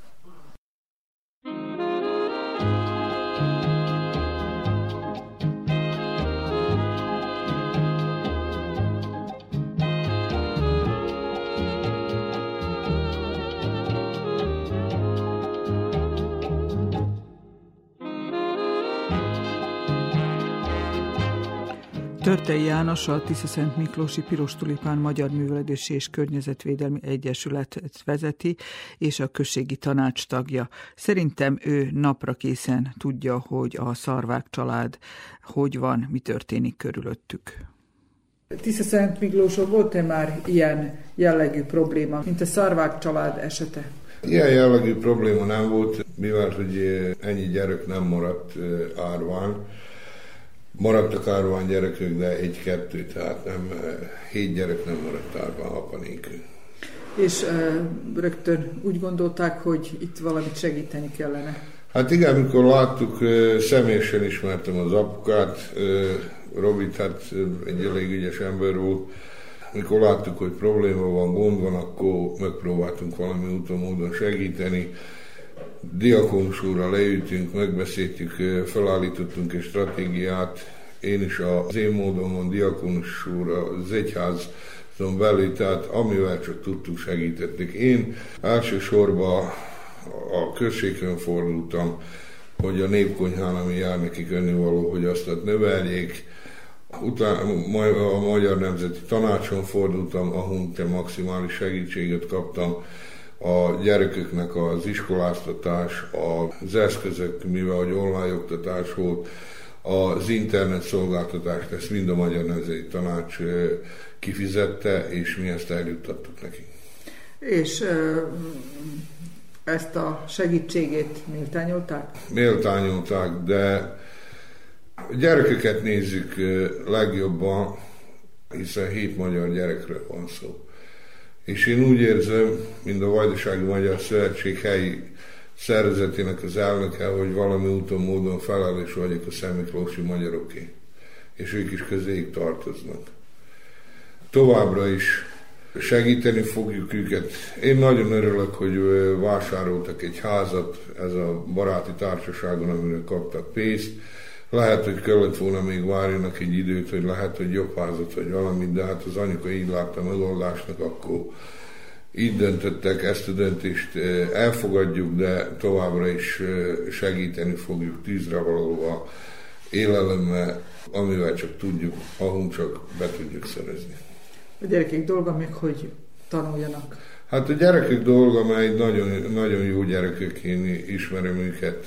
Törtei János, a Tiszaszent Miklósi Piros Tulipán Magyar Művelődési és Környezetvédelmi Egyesületet vezeti, és a községi tanács tagja. Szerintem ő napra készen tudja, hogy a Szarvák család hogy van, mi történik körülöttük. Tiszaszent Miklóson volt-e már ilyen jellegű probléma, mint a Szarvák család esete? Ilyen jellegű probléma nem volt, mivel hogy ennyi gyerek nem maradt árván. Maradtak árván gyerekek, de egy-kettő, tehát nem, hét gyerek nem maradt árván apa nélkül. És uh, rögtön úgy gondolták, hogy itt valamit segíteni kellene. Hát igen, amikor láttuk, személyesen ismertem az apukát, Robit, hát egy elég ügyes ember volt. Mikor láttuk, hogy probléma van, gond van, akkor megpróbáltunk valami úton, módon segíteni. Diakonus úrral leültünk, megbeszéltük, felállítottunk egy stratégiát. Én is az én módon, diakonus úr az egyházon belül, tehát amivel csak tudtuk, segítettük. Én elsősorban a községön fordultam, hogy a népkonyhán, ami jár nekik önnivaló, hogy azt növeljék. Utána a Magyar Nemzeti Tanácson fordultam, ahol maximális segítséget kaptam. A gyerekeknek az iskoláztatás, az eszközök, mivel hogy online oktatás volt, az internet szolgáltatást, ezt mind a Magyar Nemzeti Tanács kifizette, és mi ezt eljuttattuk nekik. És ezt a segítségét méltányolták? Méltányolták, de a gyerekeket nézzük legjobban, hiszen hét magyar gyerekről van szó. És én úgy érzem, mint a Vajdasági Magyar Szövetség helyi szervezetének az elnöke, hogy valami úton, módon felelős vagyok a szentmiklósi magyaroké. És ők is közéjük tartoznak. Továbbra is segíteni fogjuk őket. Én nagyon örülök, hogy vásároltak egy házat, ez a baráti társaságon, amire kaptak pénzt. Lehet, hogy kellett volna még várjanak egy időt, hogy lehet, hogy jobb házat, vagy valamit, de hát az anyuka így látta megoldásnak, akkor így döntöttek, ezt a döntést elfogadjuk, de továbbra is segíteni fogjuk tűzre valóval, élelemmel, amivel csak tudjuk, ahol csak be tudjuk szerezni. A gyerekek dolga még, hogy tanuljanak? Hát a gyerekek dolga, mert nagyon, nagyon jó gyerekek, én ismerem őket.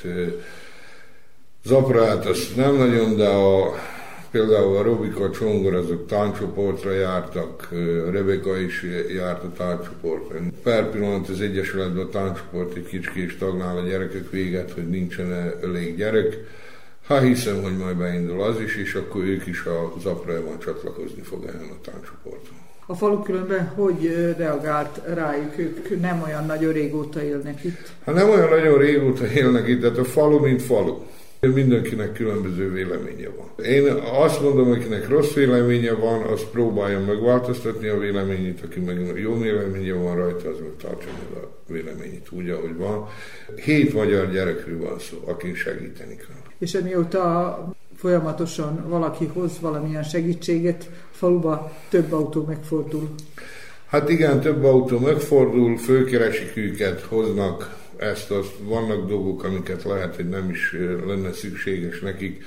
Zaprát azt nem nagyon, de a, például a Robika, Csongor, azok tánccsoportra jártak, Rebeka is járt a tánccsoportra. Per pillanat az Egyesületben a tánccsoport egy kicsit stagnál a gyerekek véget, hogy nincsen elég gyerek. Hát hiszem, hogy majd beindul az is, és akkor ők is a Zaprában csatlakozni fog ezen a tánccsoporton. A falu különben hogy reagált rájuk? Ők nem olyan nagyon régóta élnek itt? Hát nem olyan nagyon régóta élnek itt, tehát a falu, mint falu. Mindenkinek különböző véleménye van. Én azt mondom, akinek rossz véleménye van, az próbálja megváltoztatni a véleményét, aki meg jó véleménye van rajta, az meg tartsa meg a véleményét úgy, ahogy van. Hét magyar gyerekről van szó, akin segíteni kell. És mióta folyamatosan valaki hoz valamilyen segítséget, faluba több autó megfordul? Hát igen, több autó megfordul, fölkeresik őket, hoznak ezt, azt, vannak dolgok, amiket lehet, hogy nem is lenne szükséges nekik,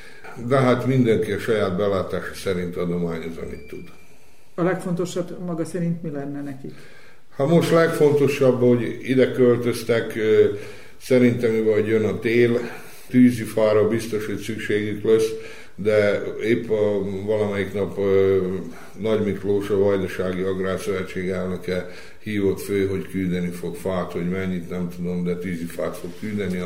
de hát mindenki a saját belátása szerint adományoz, amit tud. A legfontosabb maga szerint mi lenne nekik? Ha most legfontosabb, hogy ide költöztek, szerintem mivel jön a tél, tűzifára biztos, hogy szükségük lesz, de épp a, valamelyik nap a Nagy Miklós, a Vajdasági Agrárszövetség elnöke hívott fő, hogy küldeni fog fát, hogy mennyit nem tudom, de tűzifát fog küldeni.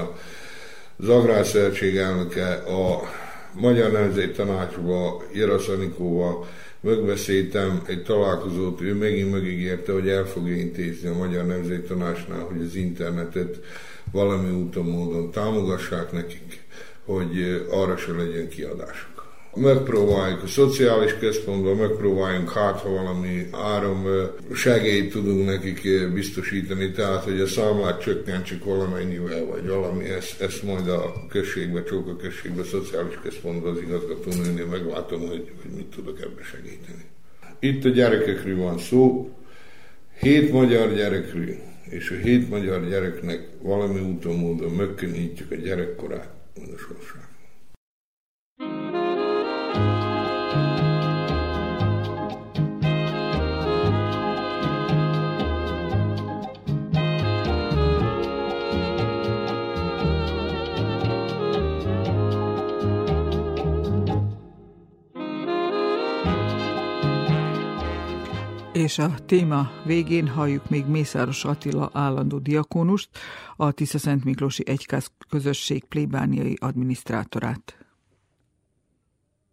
Az Agrárszövetség elnöke a Magyar Nemzeti Tanácsba, Jarasz Anikóval megbeszéltem egy találkozót, ő megint megígérte, hogy el fogja intézni a Magyar Nemzeti Tanácsnál, hogy az internetet valami úton, módon támogassák nekik, hogy arra se legyen kiadásuk. Megpróbáljuk a szociális központban, megpróbáljunk hát, ha valami áram segélyt tudunk nekik biztosítani, tehát hogy a számlát csökkentsük valamennyivel, vagy valami, ezt, ezt majd a községbe, Csóka községbe, a szociális központban az igazgatónőnél meglátom, hogy, hogy mit tudok ebbe segíteni. Itt a gyerekekről van szó, hét magyar gyerekről, és a hét magyar gyereknek valami úton, módon megkönnyítjük a gyerekkorát, a sorsát. És a téma végén halljuk még Mészáros Attila állandó diakónust, a Tisza-Szentmiklósi Egyház közösség plébániai adminisztrátorát.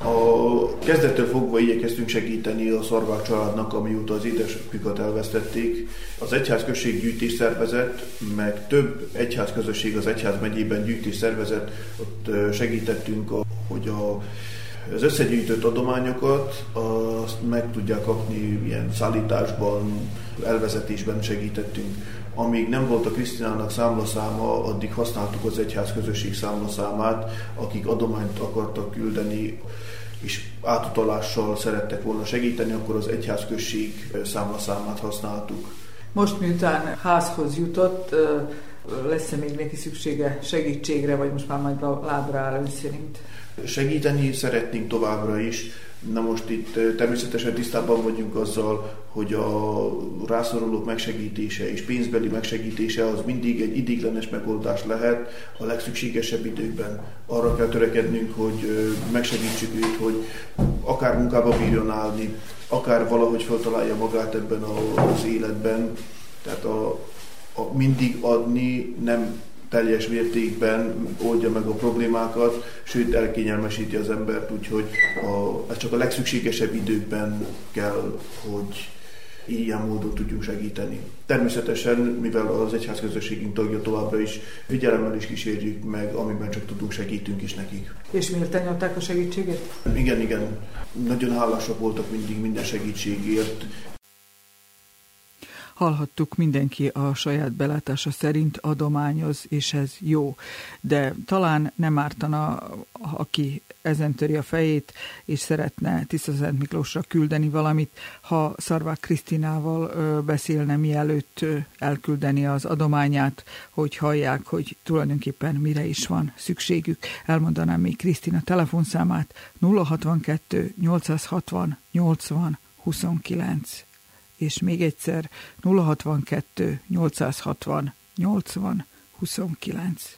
A kezdettől fogva igyekeztünk segíteni a Szarvák családnak, amióta az édesapjukat elvesztették. Az egyházközség gyűjtés szervezett, meg több egyházközösség az egyház megyében gyűjtés szervezett. Ott segítettünk, hogy a, az összegyűjtött adományokat azt meg tudják kapni ilyen szállításban, elvezetésben segítettünk. Amíg nem volt a Krisztinának számlaszáma, addig használtuk az egyházközösség számlaszámát, akik adományt akartak küldeni, és átutalással szerettek volna segíteni, akkor az egyházközség számlaszámát használtuk. Most miután házhoz jutott, lesz-e még neki szüksége segítségre, vagy most már majd a lábra áll ön szerint? Segíteni szeretnénk továbbra is. Na most itt természetesen tisztában vagyunk azzal, hogy a rászorulók megsegítése és pénzbeli megsegítése az mindig egy ideiglenes megoldás lehet a legszükségesebb időkben. Arra kell törekednünk, hogy megsegítsük őt, hogy akár munkába bírjon állni, akár valahogy feltalálja magát ebben az életben. Tehát a, a mindig adni nem teljes mértékben oldja meg a problémákat, sőt elkényelmesíti az embert, úgyhogy a, csak a legszükségesebb időkben kell, hogy ilyen módon tudjunk segíteni. Természetesen, mivel az egyházközösségünk tagja, továbbra is figyelemmel is kísérjük meg, amiben csak tudunk, segítünk is nekik. És méltányolták a segítséget? Igen, igen. Nagyon hálásak voltak mindig minden segítségért. Hallhattuk, mindenki a saját belátása szerint adományoz, és ez jó. De talán nem ártana, aki ezen töri a fejét, és szeretne Tiszaszent Miklósra küldeni valamit, ha Szarvák Krisztinával beszélne, mielőtt elküldeni az adományát, hogy hallják, hogy tulajdonképpen mire is van szükségük. Elmondanám még Krisztina telefonszámát: nulla hatvankettő nyolcszázhatvan nyolcvan huszonkilenc. És még egyszer nulla hatvankettő nyolcszázhatvan nyolcvan huszonkilenc.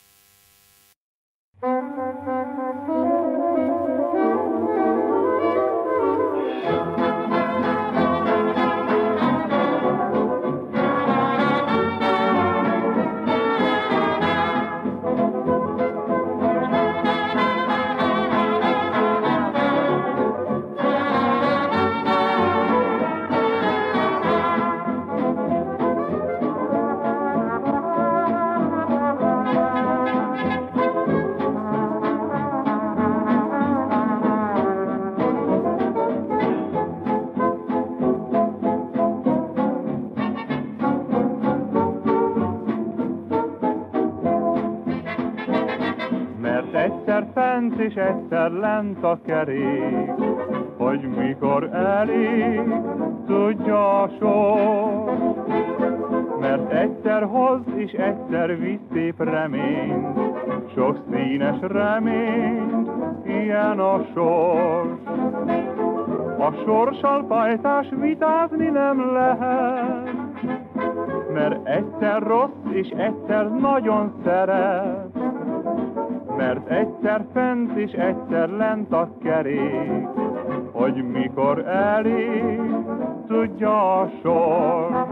És egyszer lent a kerék, hogy mikor elég, tudja a sor. Mert egyszer hoz és egyszer visz szép reményt, sok színes reményt, ilyen a sors. A sorssal pajtás vitázni nem lehet, mert egyszer rossz és egyszer nagyon szeret. Mert egyszer fent és egyszer lent a kerék, hogy mikor elég, tudja a sor.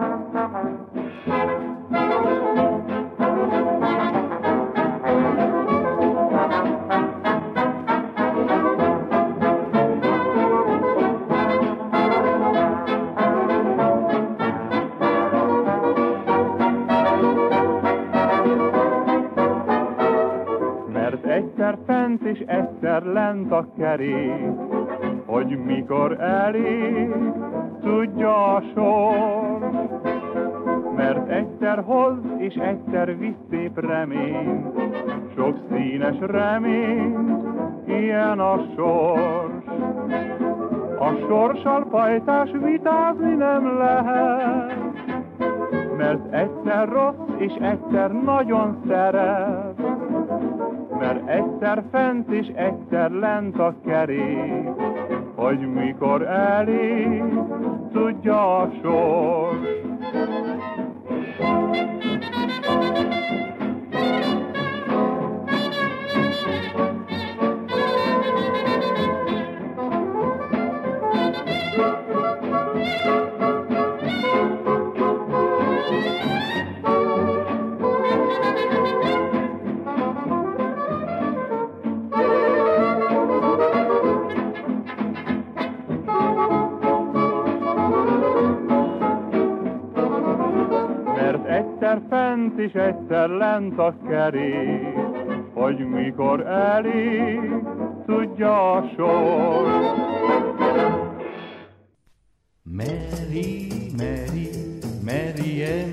Egyszer fent és egyszer lent a kerék, hogy mikor elég, tudja a sor. Mert egyszer hoz és egyszer visz szép reményt, sok színes reményt, ilyen a sors. A sorssal pajtás vitázni nem lehet, mert egyszer rossz és egyszer nagyon szeret. Mert egyszer fent és egyszer lent a kerék, hogy mikor elég, tudja a sors. is egyszer lent a kerék, hogy mikor elég, tudja a sor. Mary, Mary, Marien,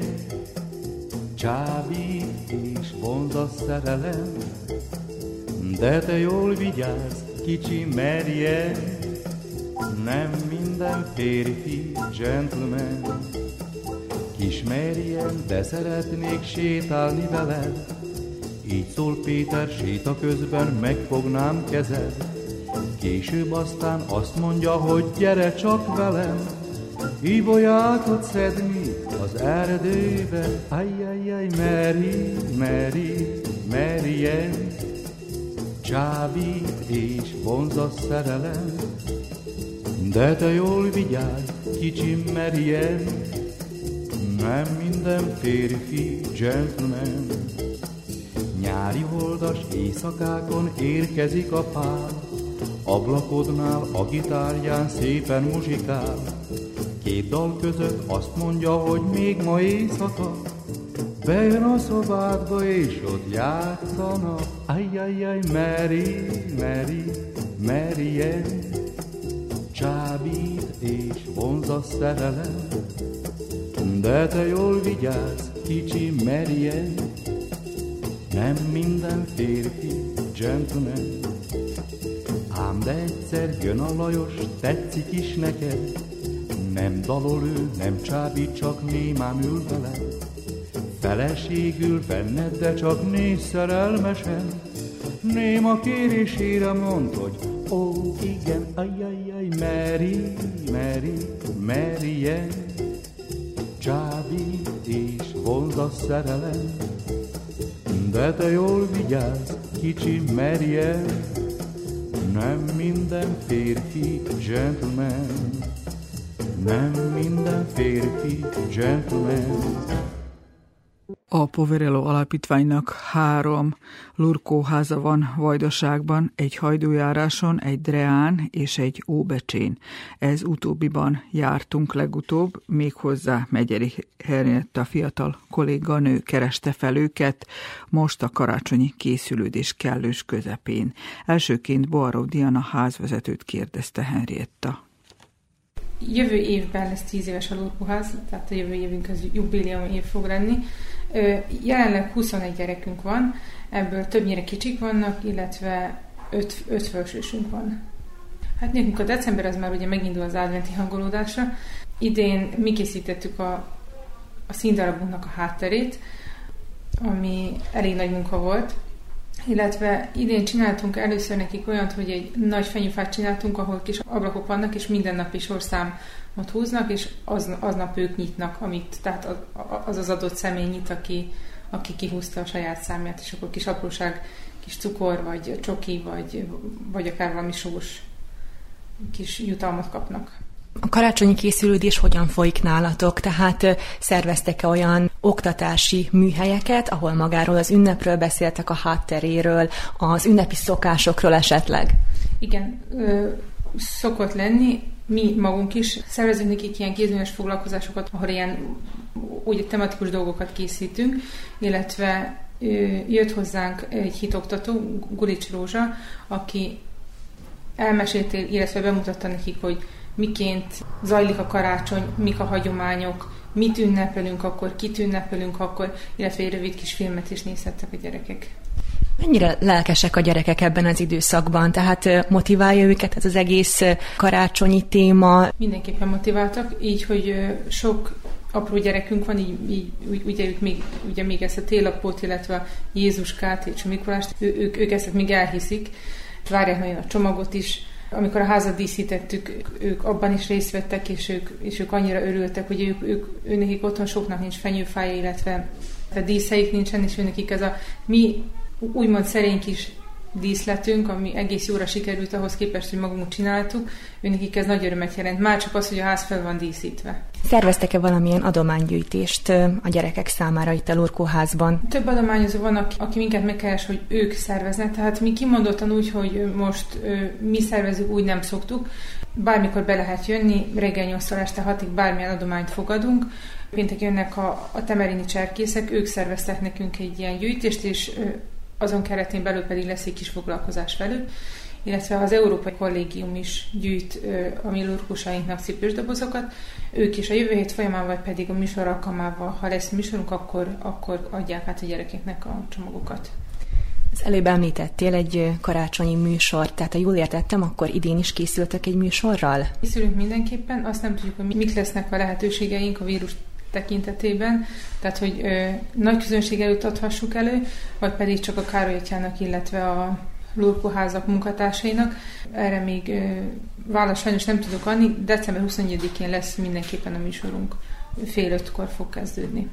csábít és vonz a szerelem, de te jól vigyázz, kicsi Marien, nem minden férfi gentleman. Kis Marien, de szeretnék sétálni veled, így szól Péter, séta közben megfognám kezed. Később aztán azt mondja, hogy gyere csak velem, ibolyákat szedni az erdőbe. Ajjajjaj, Mary, Mary, Marien, csábít és vonz a szerelem, de te jól vigyázz, kicsi Marien, nem minden férfi gentleman. Nyári holdas éjszakákon érkezik a pár, ablakodnál a gitárján szépen muzsikál. Két dal között azt mondja, hogy még ma éjszaka bejön a szobádba és ott játszanak. Ajjajjaj, Mary, Mary, Marien, csábít és vonz a szerelem, de te jól vigyázz, kicsi Marien, nem minden férfi gentleman. Ám de egyszer jön a Lajos, tetszik is neked, nem dalol ő, nem csábít, csak némán ül veled. Feleségül benned, de csak néz szerelmesen, néma kérésére mond, hogy ó, igen, ajjajjaj, Mary, Mary, Marien, csábít és vonz a szerelem, de te jól vigyázz, kicsi Marien, nem minden férfi gentleman, nem minden férfi gentleman. A Poverello Alapítványnak három lurkóháza van Vajdaságban, egy hajdújáráson, egy Dreán és egy Óbecsén. Ez utóbbiban jártunk legutóbb, méghozzá Megyeri Henrietta fiatal kolléganő kereste fel őket, most a karácsonyi készülődés kellős közepén. Elsőként Boaró Diana házvezetőt kérdezte Henrietta. Jövő évben lesz tíz éves a lurkóház, tehát a jövő évünk az jubileum év fog lenni. Jelenleg huszonegy gyerekünk van, ebből többnyire kicsik vannak, illetve öt felsősünk van. Hát nekünk a december az már ugye megindul az adventi hangolódásra. Idén mi készítettük a, a színdarabunknak a hátterét, ami elég nagy munka volt, illetve idén csináltunk először nekik olyat, hogy egy nagy fenyőfát csináltunk, ahol kis ablakok vannak, és minden napi sorszámot húznak, és az, aznap ők nyitnak, amit, tehát az az adott személy nyit, aki, aki kihúzta a saját számját, és akkor kis apróság, kis cukor, vagy csoki, vagy, vagy akár valami sós kis jutalmat kapnak. A karácsonyi készülődés hogyan folyik nálatok? Tehát szerveztek-e olyan oktatási műhelyeket, ahol magáról az ünnepről beszéltek, a hátteréről, az ünnepi szokásokról esetleg? Igen, szokott lenni. Mi magunk is szervezünk nekik ilyen kézműves foglalkozásokat, ahol ilyen ugye tematikus dolgokat készítünk, illetve jött hozzánk egy hitoktató, Gulics Rózsa, aki elmeséltél, illetve bemutatta nekik, hogy miként zajlik a karácsony, mik a hagyományok, mit ünnepelünk akkor, kit ünnepelünk akkor, illetve egy rövid kis filmet is nézhettek a gyerekek. Mennyire lelkesek a gyerekek ebben az időszakban? Tehát motiválja őket ez az egész karácsonyi téma? Mindenképpen motiváltak, így, hogy sok apró gyerekünk van, így, így ugye ők még, ugye még ezt a télapót, illetve a Jézuskát és a Mikulást, ő, ők, ők ezt még elhiszik, várják nagyon a csomagot is. Amikor a házat díszítettük, ők abban is részt vettek, és ők, és ők annyira örültek, hogy ők, ők, ő nekik otthon soknak nincs fenyőfája, illetve a díszheik nincsen, és ő nekik ez a mi úgymond szerény kis díszletünk, ami egész jóra sikerült ahhoz képest, hogy magunk csináltuk, ő nekik ez nagy örömet jelent. Már csak az, hogy a ház fel van díszítve. Szerveztek-e valamilyen adománygyűjtést a gyerekek számára itt a Lurkóházban? Több adományozó van, aki, aki minket megkeres, hogy ők szerveznek, tehát mi kimondottan úgy, hogy most mi szervezünk, úgy nem szoktuk. Bármikor be lehet jönni, reggel nyolctól este hatig bármilyen adományt fogadunk. Péntek jönnek a, a temerini cserkészek, ők szerveztek nekünk egy ilyen gyűjtést, és azon keretén belül pedig lesz egy kis foglalkozás velük, illetve az Európai Kollégium is gyűjt a mi lurkósainknak cipősdobozokat. Ők is a jövő hét folyamán, vagy pedig a műsor alkalmával, ha lesz műsorunk, akkor, akkor adják át a gyerekeknek a csomagokat. Az előbb említettél egy karácsonyi műsort, tehát ha jól értettem, akkor idén is készültök egy műsorral? Készülünk mindenképpen, azt nem tudjuk, hogy mik lesznek a lehetőségeink a vírus tekintetében, tehát hogy ö, nagy közönség előtt adhassuk elő, vagy pedig csak a Károly atyának, illetve a Lurkóházak munkatársainak. Erre még ö, választ sajnos nem tudok adni, december huszonegyedikén lesz mindenképpen a műsorunk, fél ötkor fog kezdődni.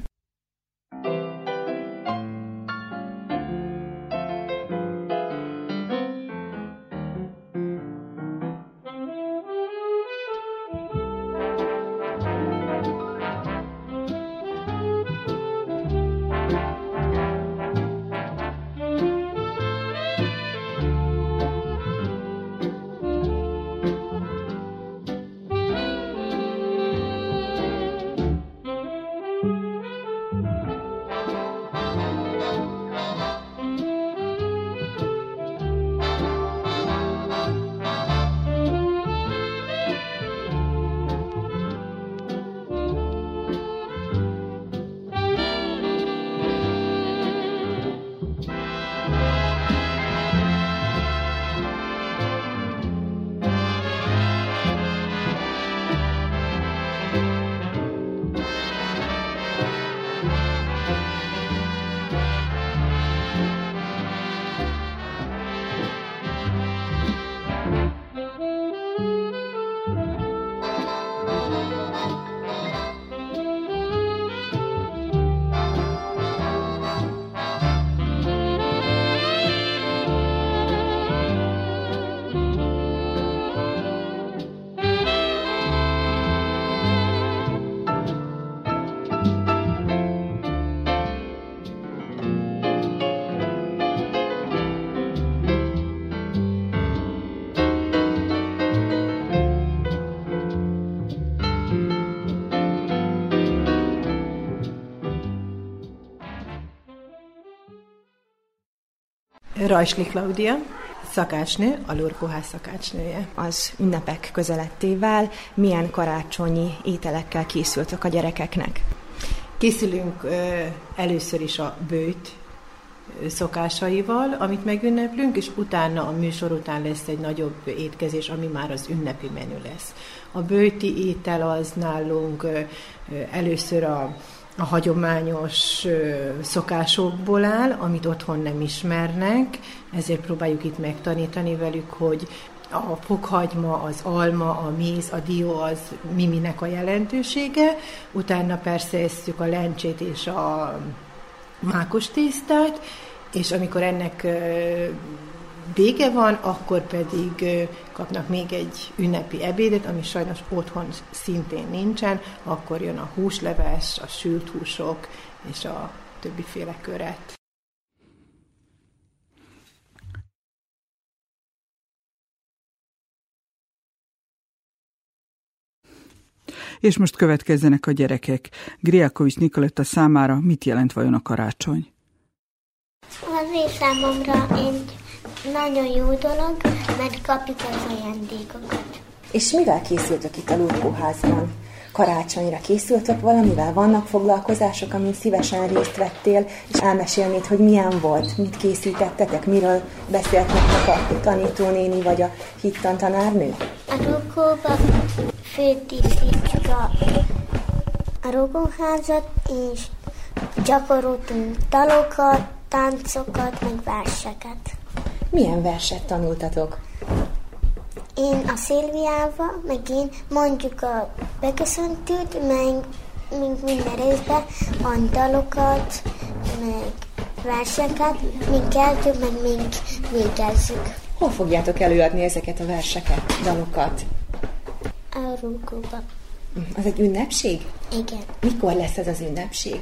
Rajsli Klaudia, szakácsnő, a Lurkóház szakácsnője. Az ünnepek közelettével milyen karácsonyi ételekkel készültök a gyerekeknek? Készülünk ö, először is a bőjt szokásaival, amit megünneplünk, és utána, a műsor után lesz egy nagyobb étkezés, ami már az ünnepi menü lesz. A bőjti étel az nálunk ö, először a a hagyományos szokásokból áll, amit otthon nem ismernek, ezért próbáljuk itt megtanítani velük, hogy a fokhagyma, az alma, a méz, a dió, az mi minek a jelentősége. Utána persze esszük a lencsét és a mákos tésztát, és amikor ennek vége van, akkor pedig kapnak még egy ünnepi ebédet, ami sajnos otthon szintén nincsen, akkor jön a húsleves, a sült húsok és a többiféle köret. És most következzenek a gyerekek. Griakovics Nikoletta számára mit jelent vajon a karácsony? Az én számomra egy nagyon jó dolog, mert kapjuk az ajándékokat. És mivel készültök itt a Lurkóházban? Karácsonyra készültök valamivel? Vannak foglalkozások, amin szívesen részt vettél, és elmesélnéd, hogy milyen volt, mit készítettetek, miről beszélt nektek a tanítónéni vagy a hittantanárnő? A Lurkóban fődíszítjük a, a rogóházat, és gyakoroltunk dalokat, táncokat, meg verseket. Milyen verset tanultatok? Én a Szilviával, meg én mondjuk a beköszöntőt, meg, meg minden részben a dalokat, meg verseket, még keltjük, meg még végezzük. Hol fogjátok előadni ezeket a verseket, dalokat? A rúgóba. Az egy ünnepség? Igen. Mikor lesz ez az ünnepség?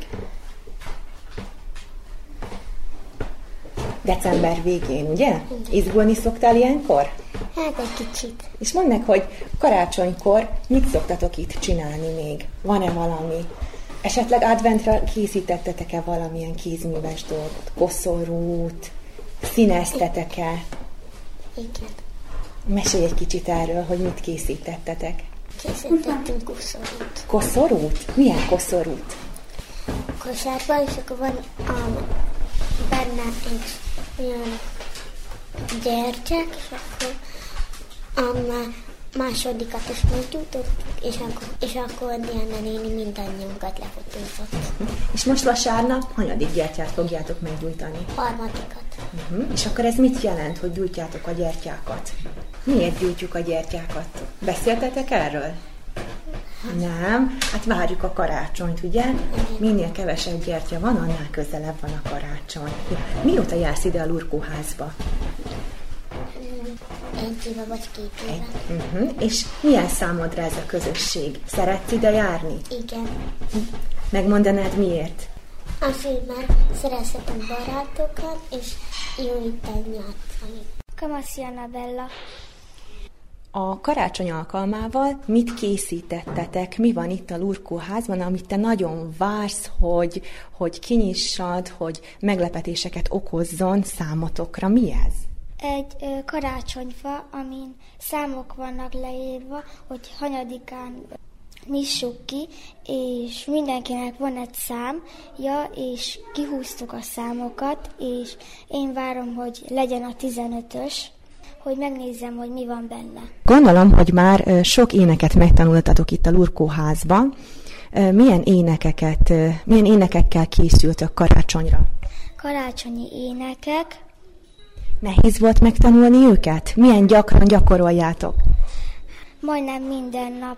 December végén, ugye? Igen. Izgulni szoktál ilyenkor? Hát egy kicsit. És mondd meg, hogy karácsonykor mit szoktatok itt csinálni még? Van-e valami? Esetleg adventre készítettetek-e valamilyen kézműves dolgot? Koszorút? Színeztetek-e? Igen. Mesélj egy kicsit erről, hogy mit készítettetek. Készítettünk koszorút. Koszorút? Milyen koszorút? Kosárban, és akkor van um, benne egy olyan gyertyák, és akkor a um, másodikat is meggyújtottuk, és akkor, és akkor Diana néni mindannyiunkat lefotózott. És most vasárnap hanyadik gyertyát fogjátok meggyújtani? Harmadikat. Uh-huh. És akkor ez mit jelent, hogy gyújtjátok a gyertyákat? Miért gyújtjuk a gyertyákat? Beszéltetek erről? Nem, hát várjuk a karácsonyt, ugye? Minél kevesebb gyertya van, annál közelebb van a karácsony. Mióta jársz ide a Lurkóházba? Egy éve vagy két éve. Uh-huh. És milyen számodra ez a közösség? Szeretsz ide járni? Igen. Megmondanád miért? Azért, mert szerezhetünk barátokat, és jó itt játszani. Kamaszi Annabella. A karácsony alkalmával mit készítettetek? Mi van itt a Lurkóházban, amit te nagyon vársz, hogy, hogy kinyissad, hogy meglepetéseket okozzon számotokra? Mi ez? Egy ö, karácsonyfa, amin számok vannak leírva, hogy hanyadikán nyissuk ki, és mindenkinek van egy számja, és kihúztuk a számokat, és én várom, hogy legyen a tizenötös, hogy megnézzem, hogy mi van benne. Gondolom, hogy már sok éneket megtanultatok itt a Lurkóházban. Milyen énekeket, milyen énekekkel készültök karácsonyra? Karácsonyi énekek. Nehéz volt megtanulni őket? Milyen gyakran gyakoroljátok? Majdnem minden nap.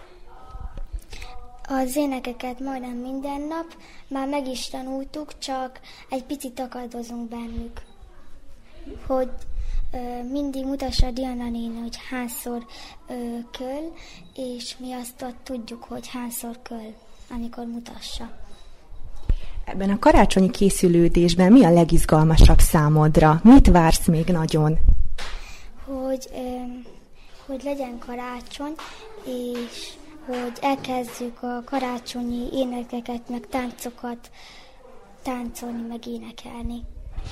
Az énekeket majdnem minden nap. Már meg is tanultuk, csak egy picit akadozunk bennük. Hogy ö, mindig mutassa Diana néni, hogy hányszor ö, köl, és mi azt ott tudjuk, hogy hányszor köl, amikor mutassa. Ebben a karácsonyi készülődésben mi a legizgalmasabb számodra? Mit vársz még nagyon? Hogy, ö, hogy legyen karácsony, és hogy elkezdjük a karácsonyi énekeket, meg táncokat táncolni, meg énekelni.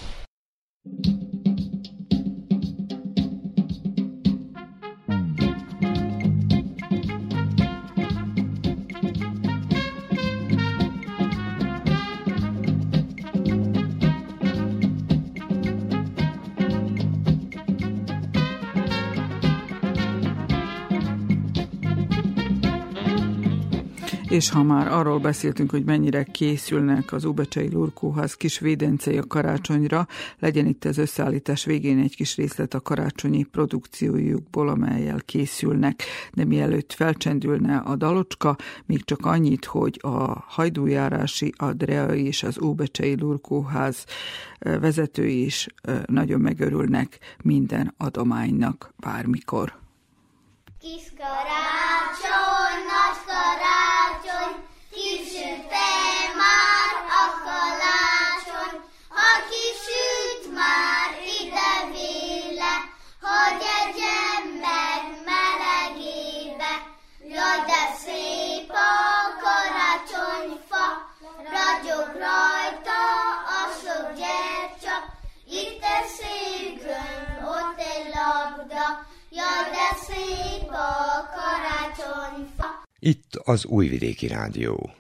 És ha már arról beszéltünk, hogy mennyire készülnek az Óbecsei Lurkóház kis védencei a karácsonyra, legyen itt az összeállítás végén egy kis részlet a karácsonyi produkciójukból, amellyel készülnek. De mielőtt felcsendülne a dalocska, még csak annyit, hogy a hajdújárási Andrea és az Óbecsei Lurkóház vezetői is nagyon megörülnek minden adománynak bármikor. Kis karácsony, nagy karácsony, kisüt-e már a kalácsony, ha kisüt már ide véle, hogy egyen meg melegébe. Jaj, de szép a karácsonyfa, ragyog rajta a sok gyertya, itt egy szép gömb, ott egy labda. Jaj, de szép a karácsonyfa. Itt az Újvidéki Rádió.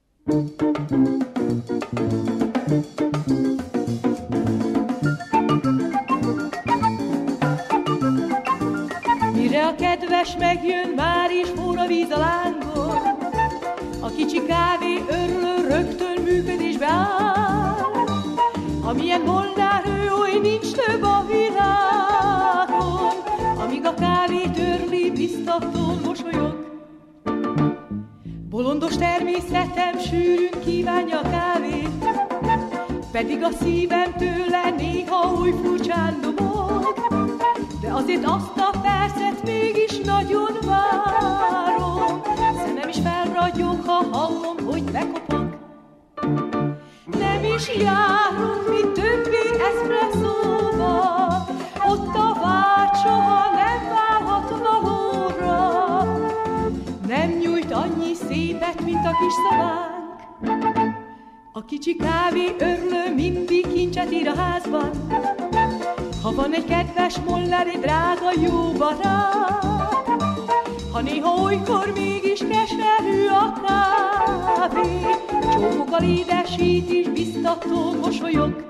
Mire a kedves megjön, már is forr a víz a lángon, a kicsi kávé örlő rögtön működésbe áll. Amilyen Molnár ő, oly nincs több a világon, amíg a kávé törli, biztatón mosolyog. Bolondos természetem sűrűn kívánja a kávét, pedig a szívem tőle néha új furcsán dobog. De azért azt a percet mégis nagyon várom, szemem is hallom, hogy bekopog. Nem is járunk mi többé eszpresszóba, ott a vágy soha nem válhat valóra. Nem nyújt annyi szépet, mint a kis szavánk. A kicsi kávé örlő mindig kincset ír a házban. Ha van egy kedves moller, egy drága jó barát, ha néha olykor mégis keserű a kávé, csókokkal édesít is biztató mosolyog.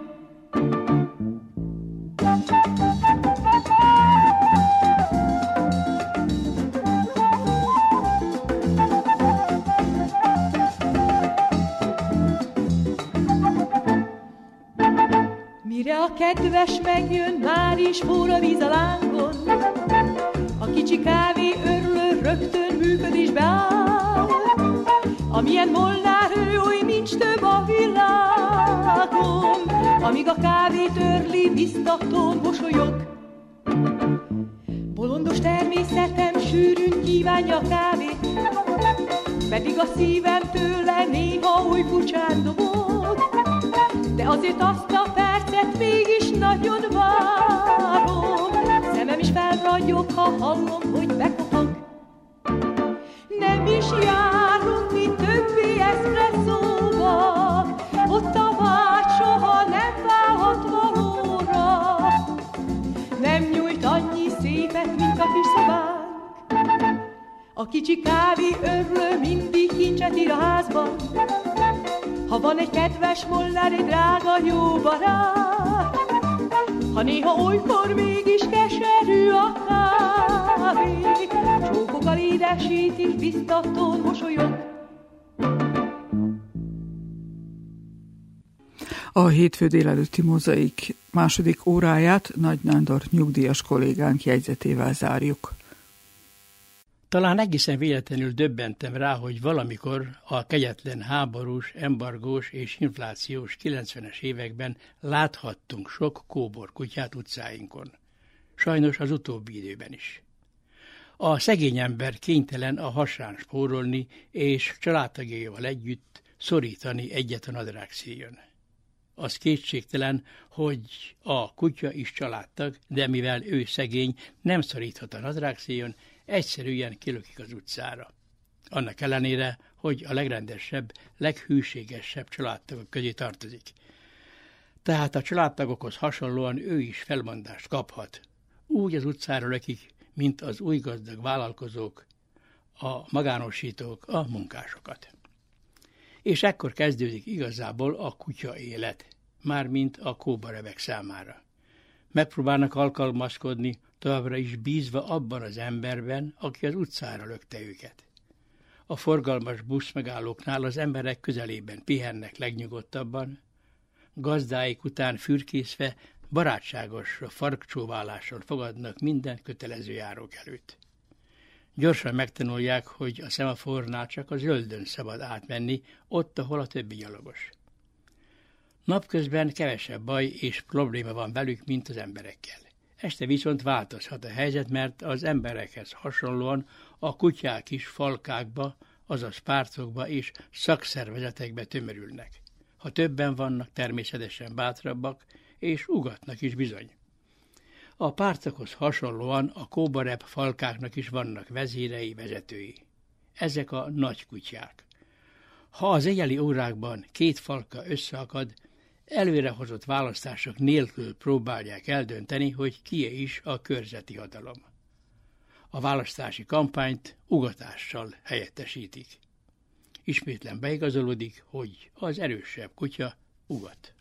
Mire a kedves megjön, már is forr a víz a lángon. A kicsi kávé örlő rögtön működésbe áll. Amilyen Molnár ő, oly nincs több a világon. Amíg a kávét örli, biztatón mosolyog. Bolondos természetem sűrűn kívánja a kávét, pedig a szívem tőle néha oly furcsán dobog. De azért azt a percet mégis nagyon várom, szemem is felragyog, ha hallom, hogy bekopog. Nem is járunk mi többé eszpresszóba, ott a vágy soha nem válhat valóra. Nem nyújt annyi szépet, mint a kis szobánk. A kicsi kávé örlő mindig kincset ír a házban. Ha van egy kedves moller, egy drága jó barát, ha néha olykor mégis keserű a kávé, csókokkal édesít is biztatón mosolyog. A hétfő délelőtti mozaik második óráját Nagy Nándor nyugdíjas kollégánk jegyzetével zárjuk. Talán egészen véletlenül döbbentem rá, hogy valamikor a kegyetlen háborús, embargós és inflációs kilencvenes években láthattunk sok kóborkutyát utcáinkon. Sajnos az utóbbi időben is. A szegény ember kénytelen a hasán spórolni és családtagjaival együtt szorítani egyet a nadrágszíjon. Az kétségtelen, hogy a kutya is családtag, de mivel ő szegény, nem szoríthat a nadrágszíjon, egyszerűen kilökik az utcára. Annak ellenére, hogy a legrendesebb, leghűségesebb családtagok közé tartozik. Tehát a családtagokhoz hasonlóan ő is felmondást kaphat. Úgy az utcára lökik, mint az új gazdag vállalkozók, a magánosítók, a munkásokat. És ekkor kezdődik igazából a kutya élet, mármint a kóbarebek számára. Megpróbálnak alkalmazkodni, továbbra is bízva abban az emberben, aki az utcára lökte őket. A forgalmas buszmegállóknál az emberek közelében pihennek legnyugodtabban, gazdáik után fürkészve barátságos farkcsóválással fogadnak minden kötelező járók előtt. Gyorsan megtanulják, hogy a szemafornál csak a zöldön szabad átmenni, ott, ahol a többi gyalogos. Napközben kevesebb baj és probléma van velük, mint az emberekkel. Este viszont változhat a helyzet, mert az emberekhez hasonlóan a kutyák is falkákba, azaz pártokba és szakszervezetekbe tömörülnek. Ha többen vannak, természetesen bátrabbak, és ugatnak is bizony. A pártokhoz hasonlóan a kóbareb falkáknak is vannak vezérei, vezetői. Ezek a nagy kutyák. Ha az éjjeli órákban két falka összeakad, előrehozott választások nélkül próbálják eldönteni, hogy kié is a körzeti hatalom. A választási kampányt ugatással helyettesítik. Ismétlen beigazolódik, hogy az erősebb kutya ugat.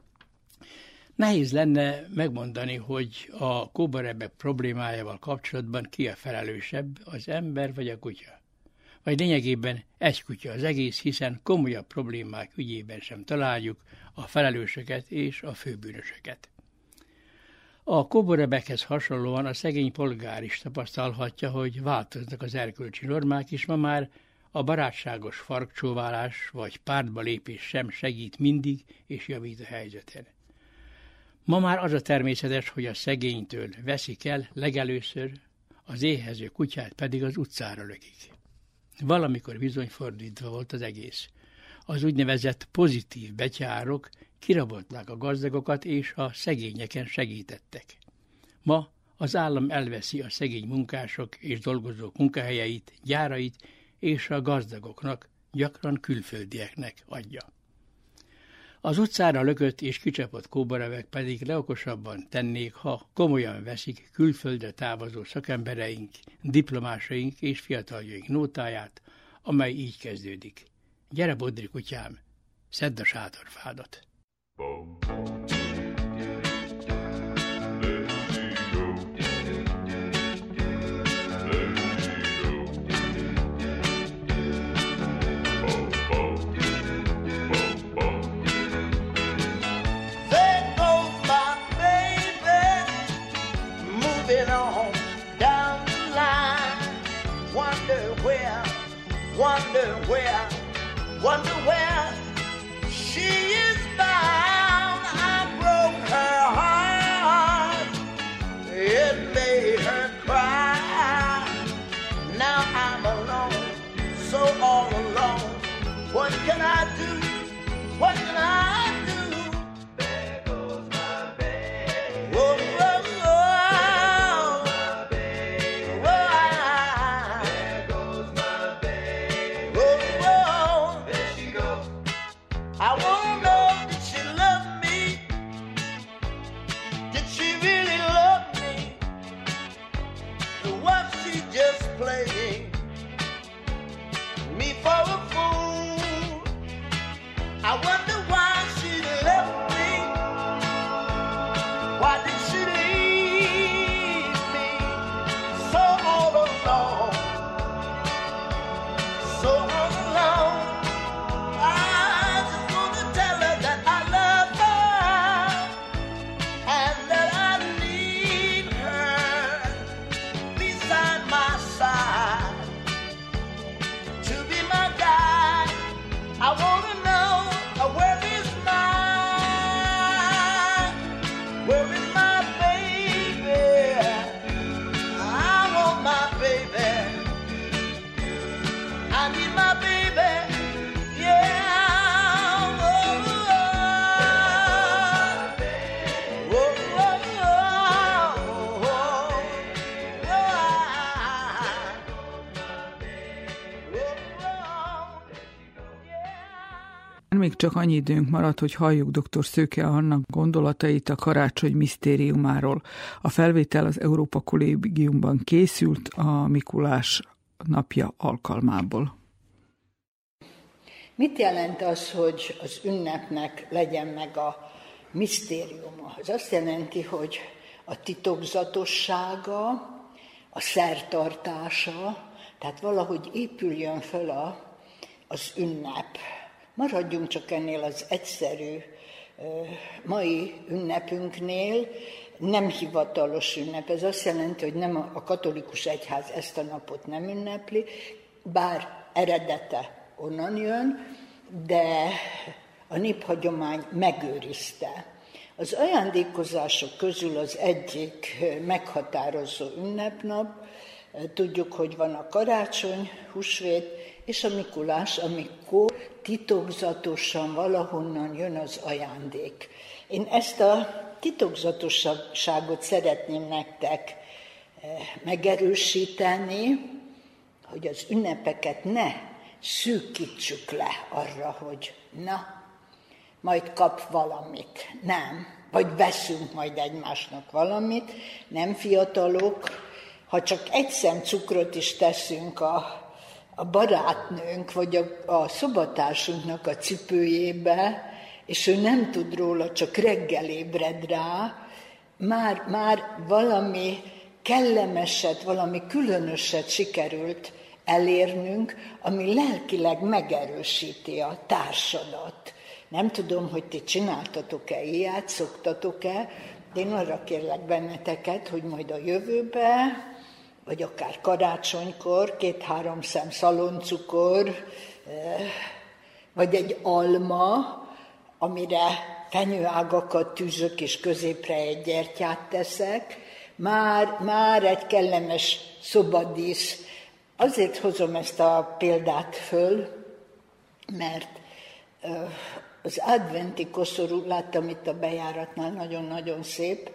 Nehéz lenne megmondani, hogy a kóbarebek problémájával kapcsolatban ki a felelősebb, az ember vagy a kutya. Vagy lényegében egy kutya az egész, hiszen komolyabb problémák ügyében sem találjuk a felelősöket és a főbűnösöket. A kóbarebekhez hasonlóan a szegény polgár is tapasztalhatja, hogy változnak az erkölcsi normák, és ma már a barátságos farkcsóválás vagy pártba lépés sem segít mindig és javít a helyzeten. Ma már az a természetes, hogy a szegénytől veszik el legelőször, az éhező kutyát pedig az utcára lökik. Valamikor bizony fordítva volt az egész. Az úgynevezett pozitív betyárok kirabolták a gazdagokat, és a szegényeken segítettek. Ma az állam elveszi a szegény munkások és dolgozók munkahelyeit, gyárait, és a gazdagoknak, gyakran külföldieknek adja. Az utcára lökött és kicsapott kóborevek pedig leokosabban tennék, ha komolyan veszik külföldre távozó szakembereink, diplomásaink és fiataljaink nótáját, amely így kezdődik. Gyere, Bodri kutyám, szedd a sátorfádat! Wonder where, wonder where she is bound. I broke her heart, it made her cry. Now I'm alone, so all alone. What can I do? What can I do? There goes my baby. Whoa, whoa, whoa. I wanna know, did she love me? Did she really love me? Or was she just playing me for a fool? I wonder why she left me. Why did she leave me so all alone? So all alone. I wanna know, where is my, where is my baby? I want my baby. I need my baby. Yeah. Oh, oh, oh, oh, Még csak annyi időnk maradt, hogy halljuk dr. Szőke Anna gondolatait a karácsony misztériumáról. A felvétel az Európa Kollégiumban készült a Mikulás napja alkalmából. Mit jelent az, hogy az ünnepnek legyen meg a misztériuma? Az azt jelenti, hogy a titokzatossága, a szertartása, tehát valahogy épüljön föl a, az ünnep. Maradjunk csak ennél az egyszerű mai ünnepünknél, nem hivatalos ünnep. Ez azt jelenti, hogy nem a katolikus egyház ezt a napot nem ünnepli, bár eredete onnan jön, de a néphagyomány megőrizte. Az ajándékozások közül az egyik meghatározó ünnepnap, tudjuk, hogy van a karácsony, húsvét és a Mikulás, amikor titokzatosan valahonnan jön az ajándék. Én ezt a titokzatosságot szeretném nektek megerősíteni, hogy az ünnepeket ne szűkítsük le arra, hogy na, majd kap valamit. Nem. Vagy veszünk majd egymásnak valamit. Nem, fiatalok, ha csak egy szem cukrot is teszünk a, a barátnőnk, vagy a, a szobatársunknak a cipőjébe, és ő nem tud róla, csak reggel ébred rá, már, már valami kellemeset, valami különöset sikerült elérnünk, ami lelkileg megerősíti a társadat. Nem tudom, hogy ti csináltatok-e ilyet, szoktatok-e, de én arra kérlek benneteket, hogy majd a jövőbe, vagy akár karácsonykor, két-három szem szaloncukor, vagy egy alma, amire fenyőágakat tűzök, és középre egy gyertyát teszek, már, már egy kellemes szobadísz Azért hozom ezt a példát föl, mert az adventi koszorú, láttam itt a bejáratnál, nagyon-nagyon szép,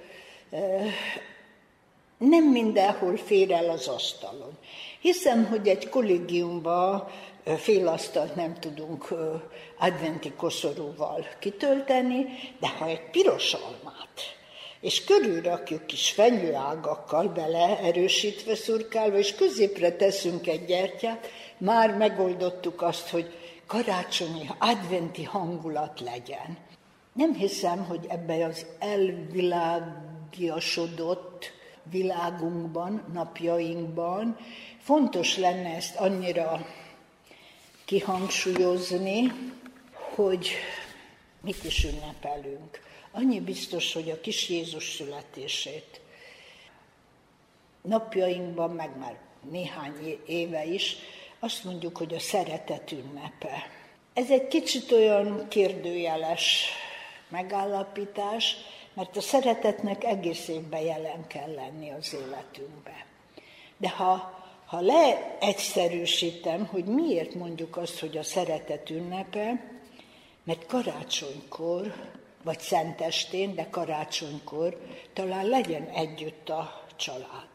nem mindenhol fér el az asztalon. Hiszem, hogy egy kollégiumban fél asztalt nem tudunk adventi koszorúval kitölteni, de ha egy piros almát, és körülrakjuk kis fenyőágakkal bele, erősítve, szurkálva, és középre teszünk egy gyertyát, már megoldottuk azt, hogy karácsonyi, adventi hangulat legyen. Nem hiszem, hogy ebben az elvilágiasodott világunkban, napjainkban fontos lenne ezt annyira kihangsúlyozni, hogy mit is ünnepelünk. Annyi biztos, hogy a kis Jézus születését napjainkban, meg már néhány éve is, azt mondjuk, hogy a szeretet ünnepe. Ez egy kicsit olyan kérdőjeles megállapítás, mert a szeretetnek egész évben jelen kell lenni az életünkben. De ha, ha leegyszerűsítem, hogy miért mondjuk azt, hogy a szeretet ünnepe, mert karácsonykor, vagy szentestén, de karácsonykor talán legyen együtt a család.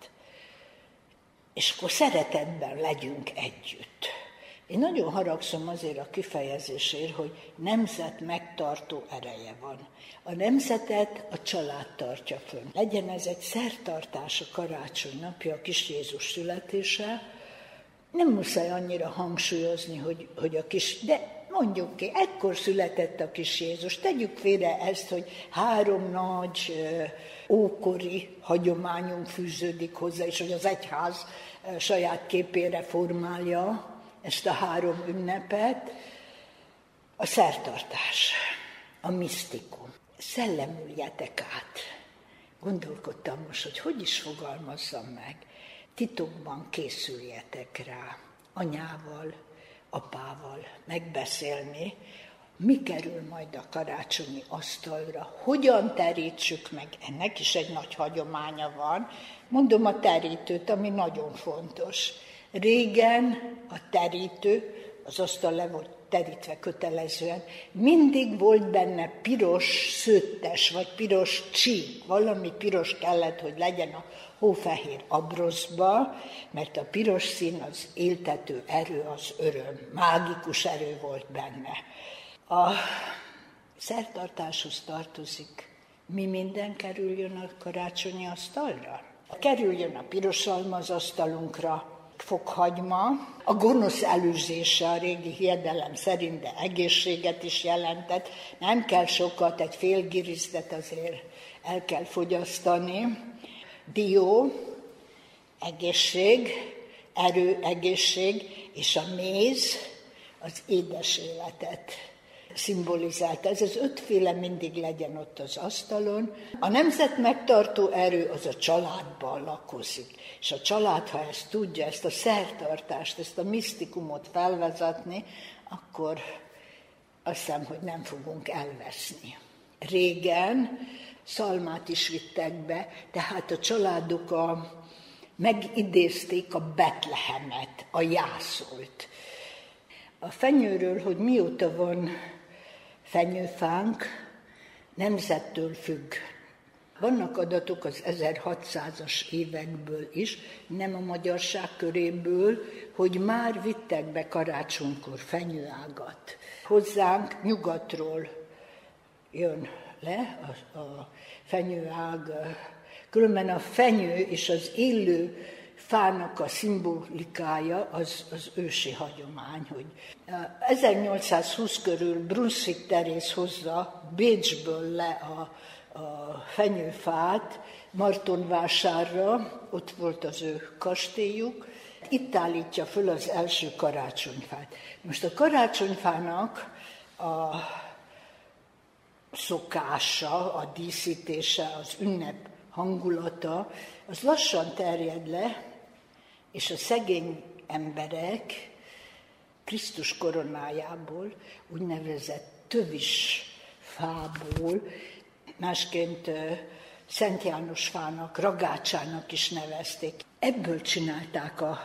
És akkor szeretetben legyünk együtt. Én nagyon haragszom azért a kifejezésért, hogy nemzet megtartó ereje van. A nemzetet a család tartja fönn. Legyen ez egy szertartás a karácsony napja, a kis Jézus születése. Nem muszáj annyira hangsúlyozni, hogy, hogy a kis... De mondjuk ki, ekkor született a kis Jézus. Tegyük félre ezt, hogy három nagy ókori hagyományunk fűződik hozzá, és hogy az egyház saját képére formálja ezt a három ünnepet. A szertartás, a misztikum. Szellemüljetek át. Gondolkodtam most, hogy hogy is fogalmazzam meg. Titokban készüljetek rá, anyával, apával megbeszélni, mi kerül majd a karácsonyi asztalra, hogyan terítsük meg, ennek is egy nagy hagyománya van. Mondom a terítőt, ami nagyon fontos. Régen a terítő, az asztal le volt terítve kötelezően, mindig volt benne piros szőttes, vagy piros csík, valami piros kellett, hogy legyen a hófehér abroszba, mert a piros szín az éltető erő, az öröm, mágikus erő volt benne. A szertartáshoz tartozik, mi minden kerüljön a karácsonyi asztalra? Kerüljön a piros alma az asztalunkra, fokhagyma, a gonosz előzése a régi hiedelem szerint, de egészséget is jelentett, nem kell sokat, egy fél girizdet azért el kell fogyasztani. Dió, egészség, erő, egészség, és a méz az édes életet szimbolizálta. Ez az ötféle mindig legyen ott az asztalon. A nemzet megtartó erő az a családban lakozik. És a család, ha ezt tudja, ezt a szertartást, ezt a misztikumot felvezetni, akkor azt hiszem, hogy nem fogunk elveszni. Régen szalmát is vittek be, tehát a családok a, megidézték a Betlehemet, a jászolt. A fenyőről, hogy mióta van fenyőfánk, nemzettől függ. Vannak adatok az ezerhatszázas évekből is, nem a magyarság köréből, hogy már vittek be karácsonykor fenyőágat. Hozzánk nyugatról jön le a, a fenyőág. Különben a fenyő és az élő fának a szimbolikája az, az ősi hagyomány, hogy ezernyolcszázhúsz körül Brunswick Teréz hozza Bécsből le a, a fenyőfát Martonvásárra, ott volt az ő kastélyuk, itt állítja föl az első karácsonyfát. Most a karácsonyfának a szokása, a díszítése, az ünnep hangulata, az lassan terjed le, és a szegény emberek Krisztus koronájából, úgynevezett tövis fából, másként Szent János fának, ragácsának is nevezték. Ebből csinálták a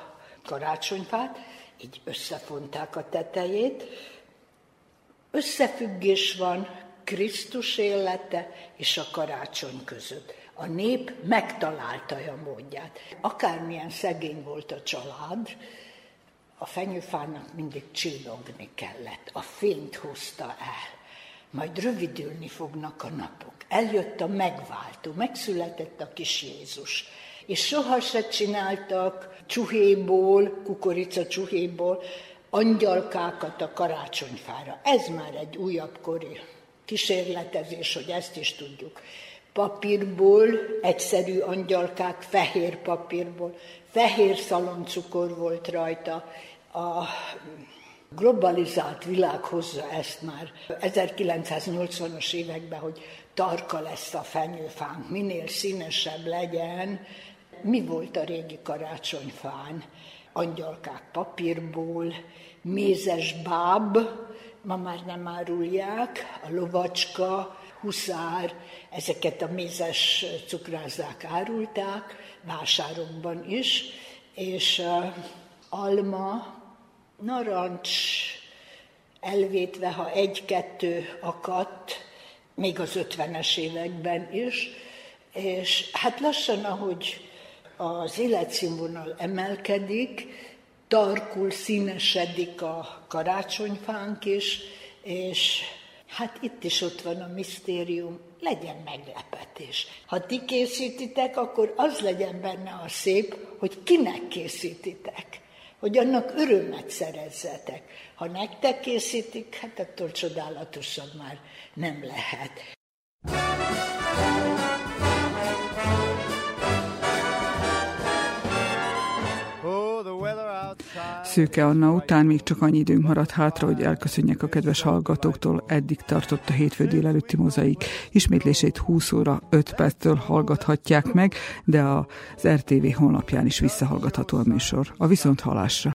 karácsonyfát, így összefonták a tetejét. Összefüggés van Krisztus élete és a karácsony között. A nép megtalálta a módját. Akármilyen szegény volt a család, a fenyőfának mindig csillogni kellett. A fényt hozta el. Majd rövidülni fognak a napok. Eljött a megváltó, megszületett a kis Jézus. És soha se csináltak csuhéból, kukorica csuhéból angyalkákat a karácsonyfára. Ez már egy újabb kori kísérletezés, hogy ezt is tudjuk. Papírból, egyszerű angyalkák, fehér papírból, fehér szaloncukor volt rajta. A globalizált világ hozza ezt már ezerkilencszáznyolcvanas években, hogy tarka lesz a fenyőfánk, minél színesebb legyen. Mi volt a régi karácsonyfán? Angyalkák papírból, mézes báb, ma már nem árulják, a lovacska, huszár, ezeket a mézes cukrázzák árulták, vásárokban is, és uh, alma, narancs elvétve, ha egy-kettő akadt, még az ötvenes években is, és hát lassan, ahogy az életszínvonal emelkedik, tarkul, színesedik a karácsonyfánk is, és hát itt is ott van a misztérium, legyen meglepetés. Ha ti készítitek, akkor az legyen benne a szép, hogy kinek készítitek, hogy annak örömet szerezzetek. Ha nektek készítik, hát attól csodálatosabb már nem lehet. Szőke Anna után még csak annyi időnk maradt hátra, hogy elköszönjek a kedves hallgatóktól. Eddig tartott a hétfő délelőtti Mozaik. Ismétlését húsz óra öt perctől hallgathatják meg, de az er té vé honlapján is visszahallgatható a műsor. A viszonthallásra!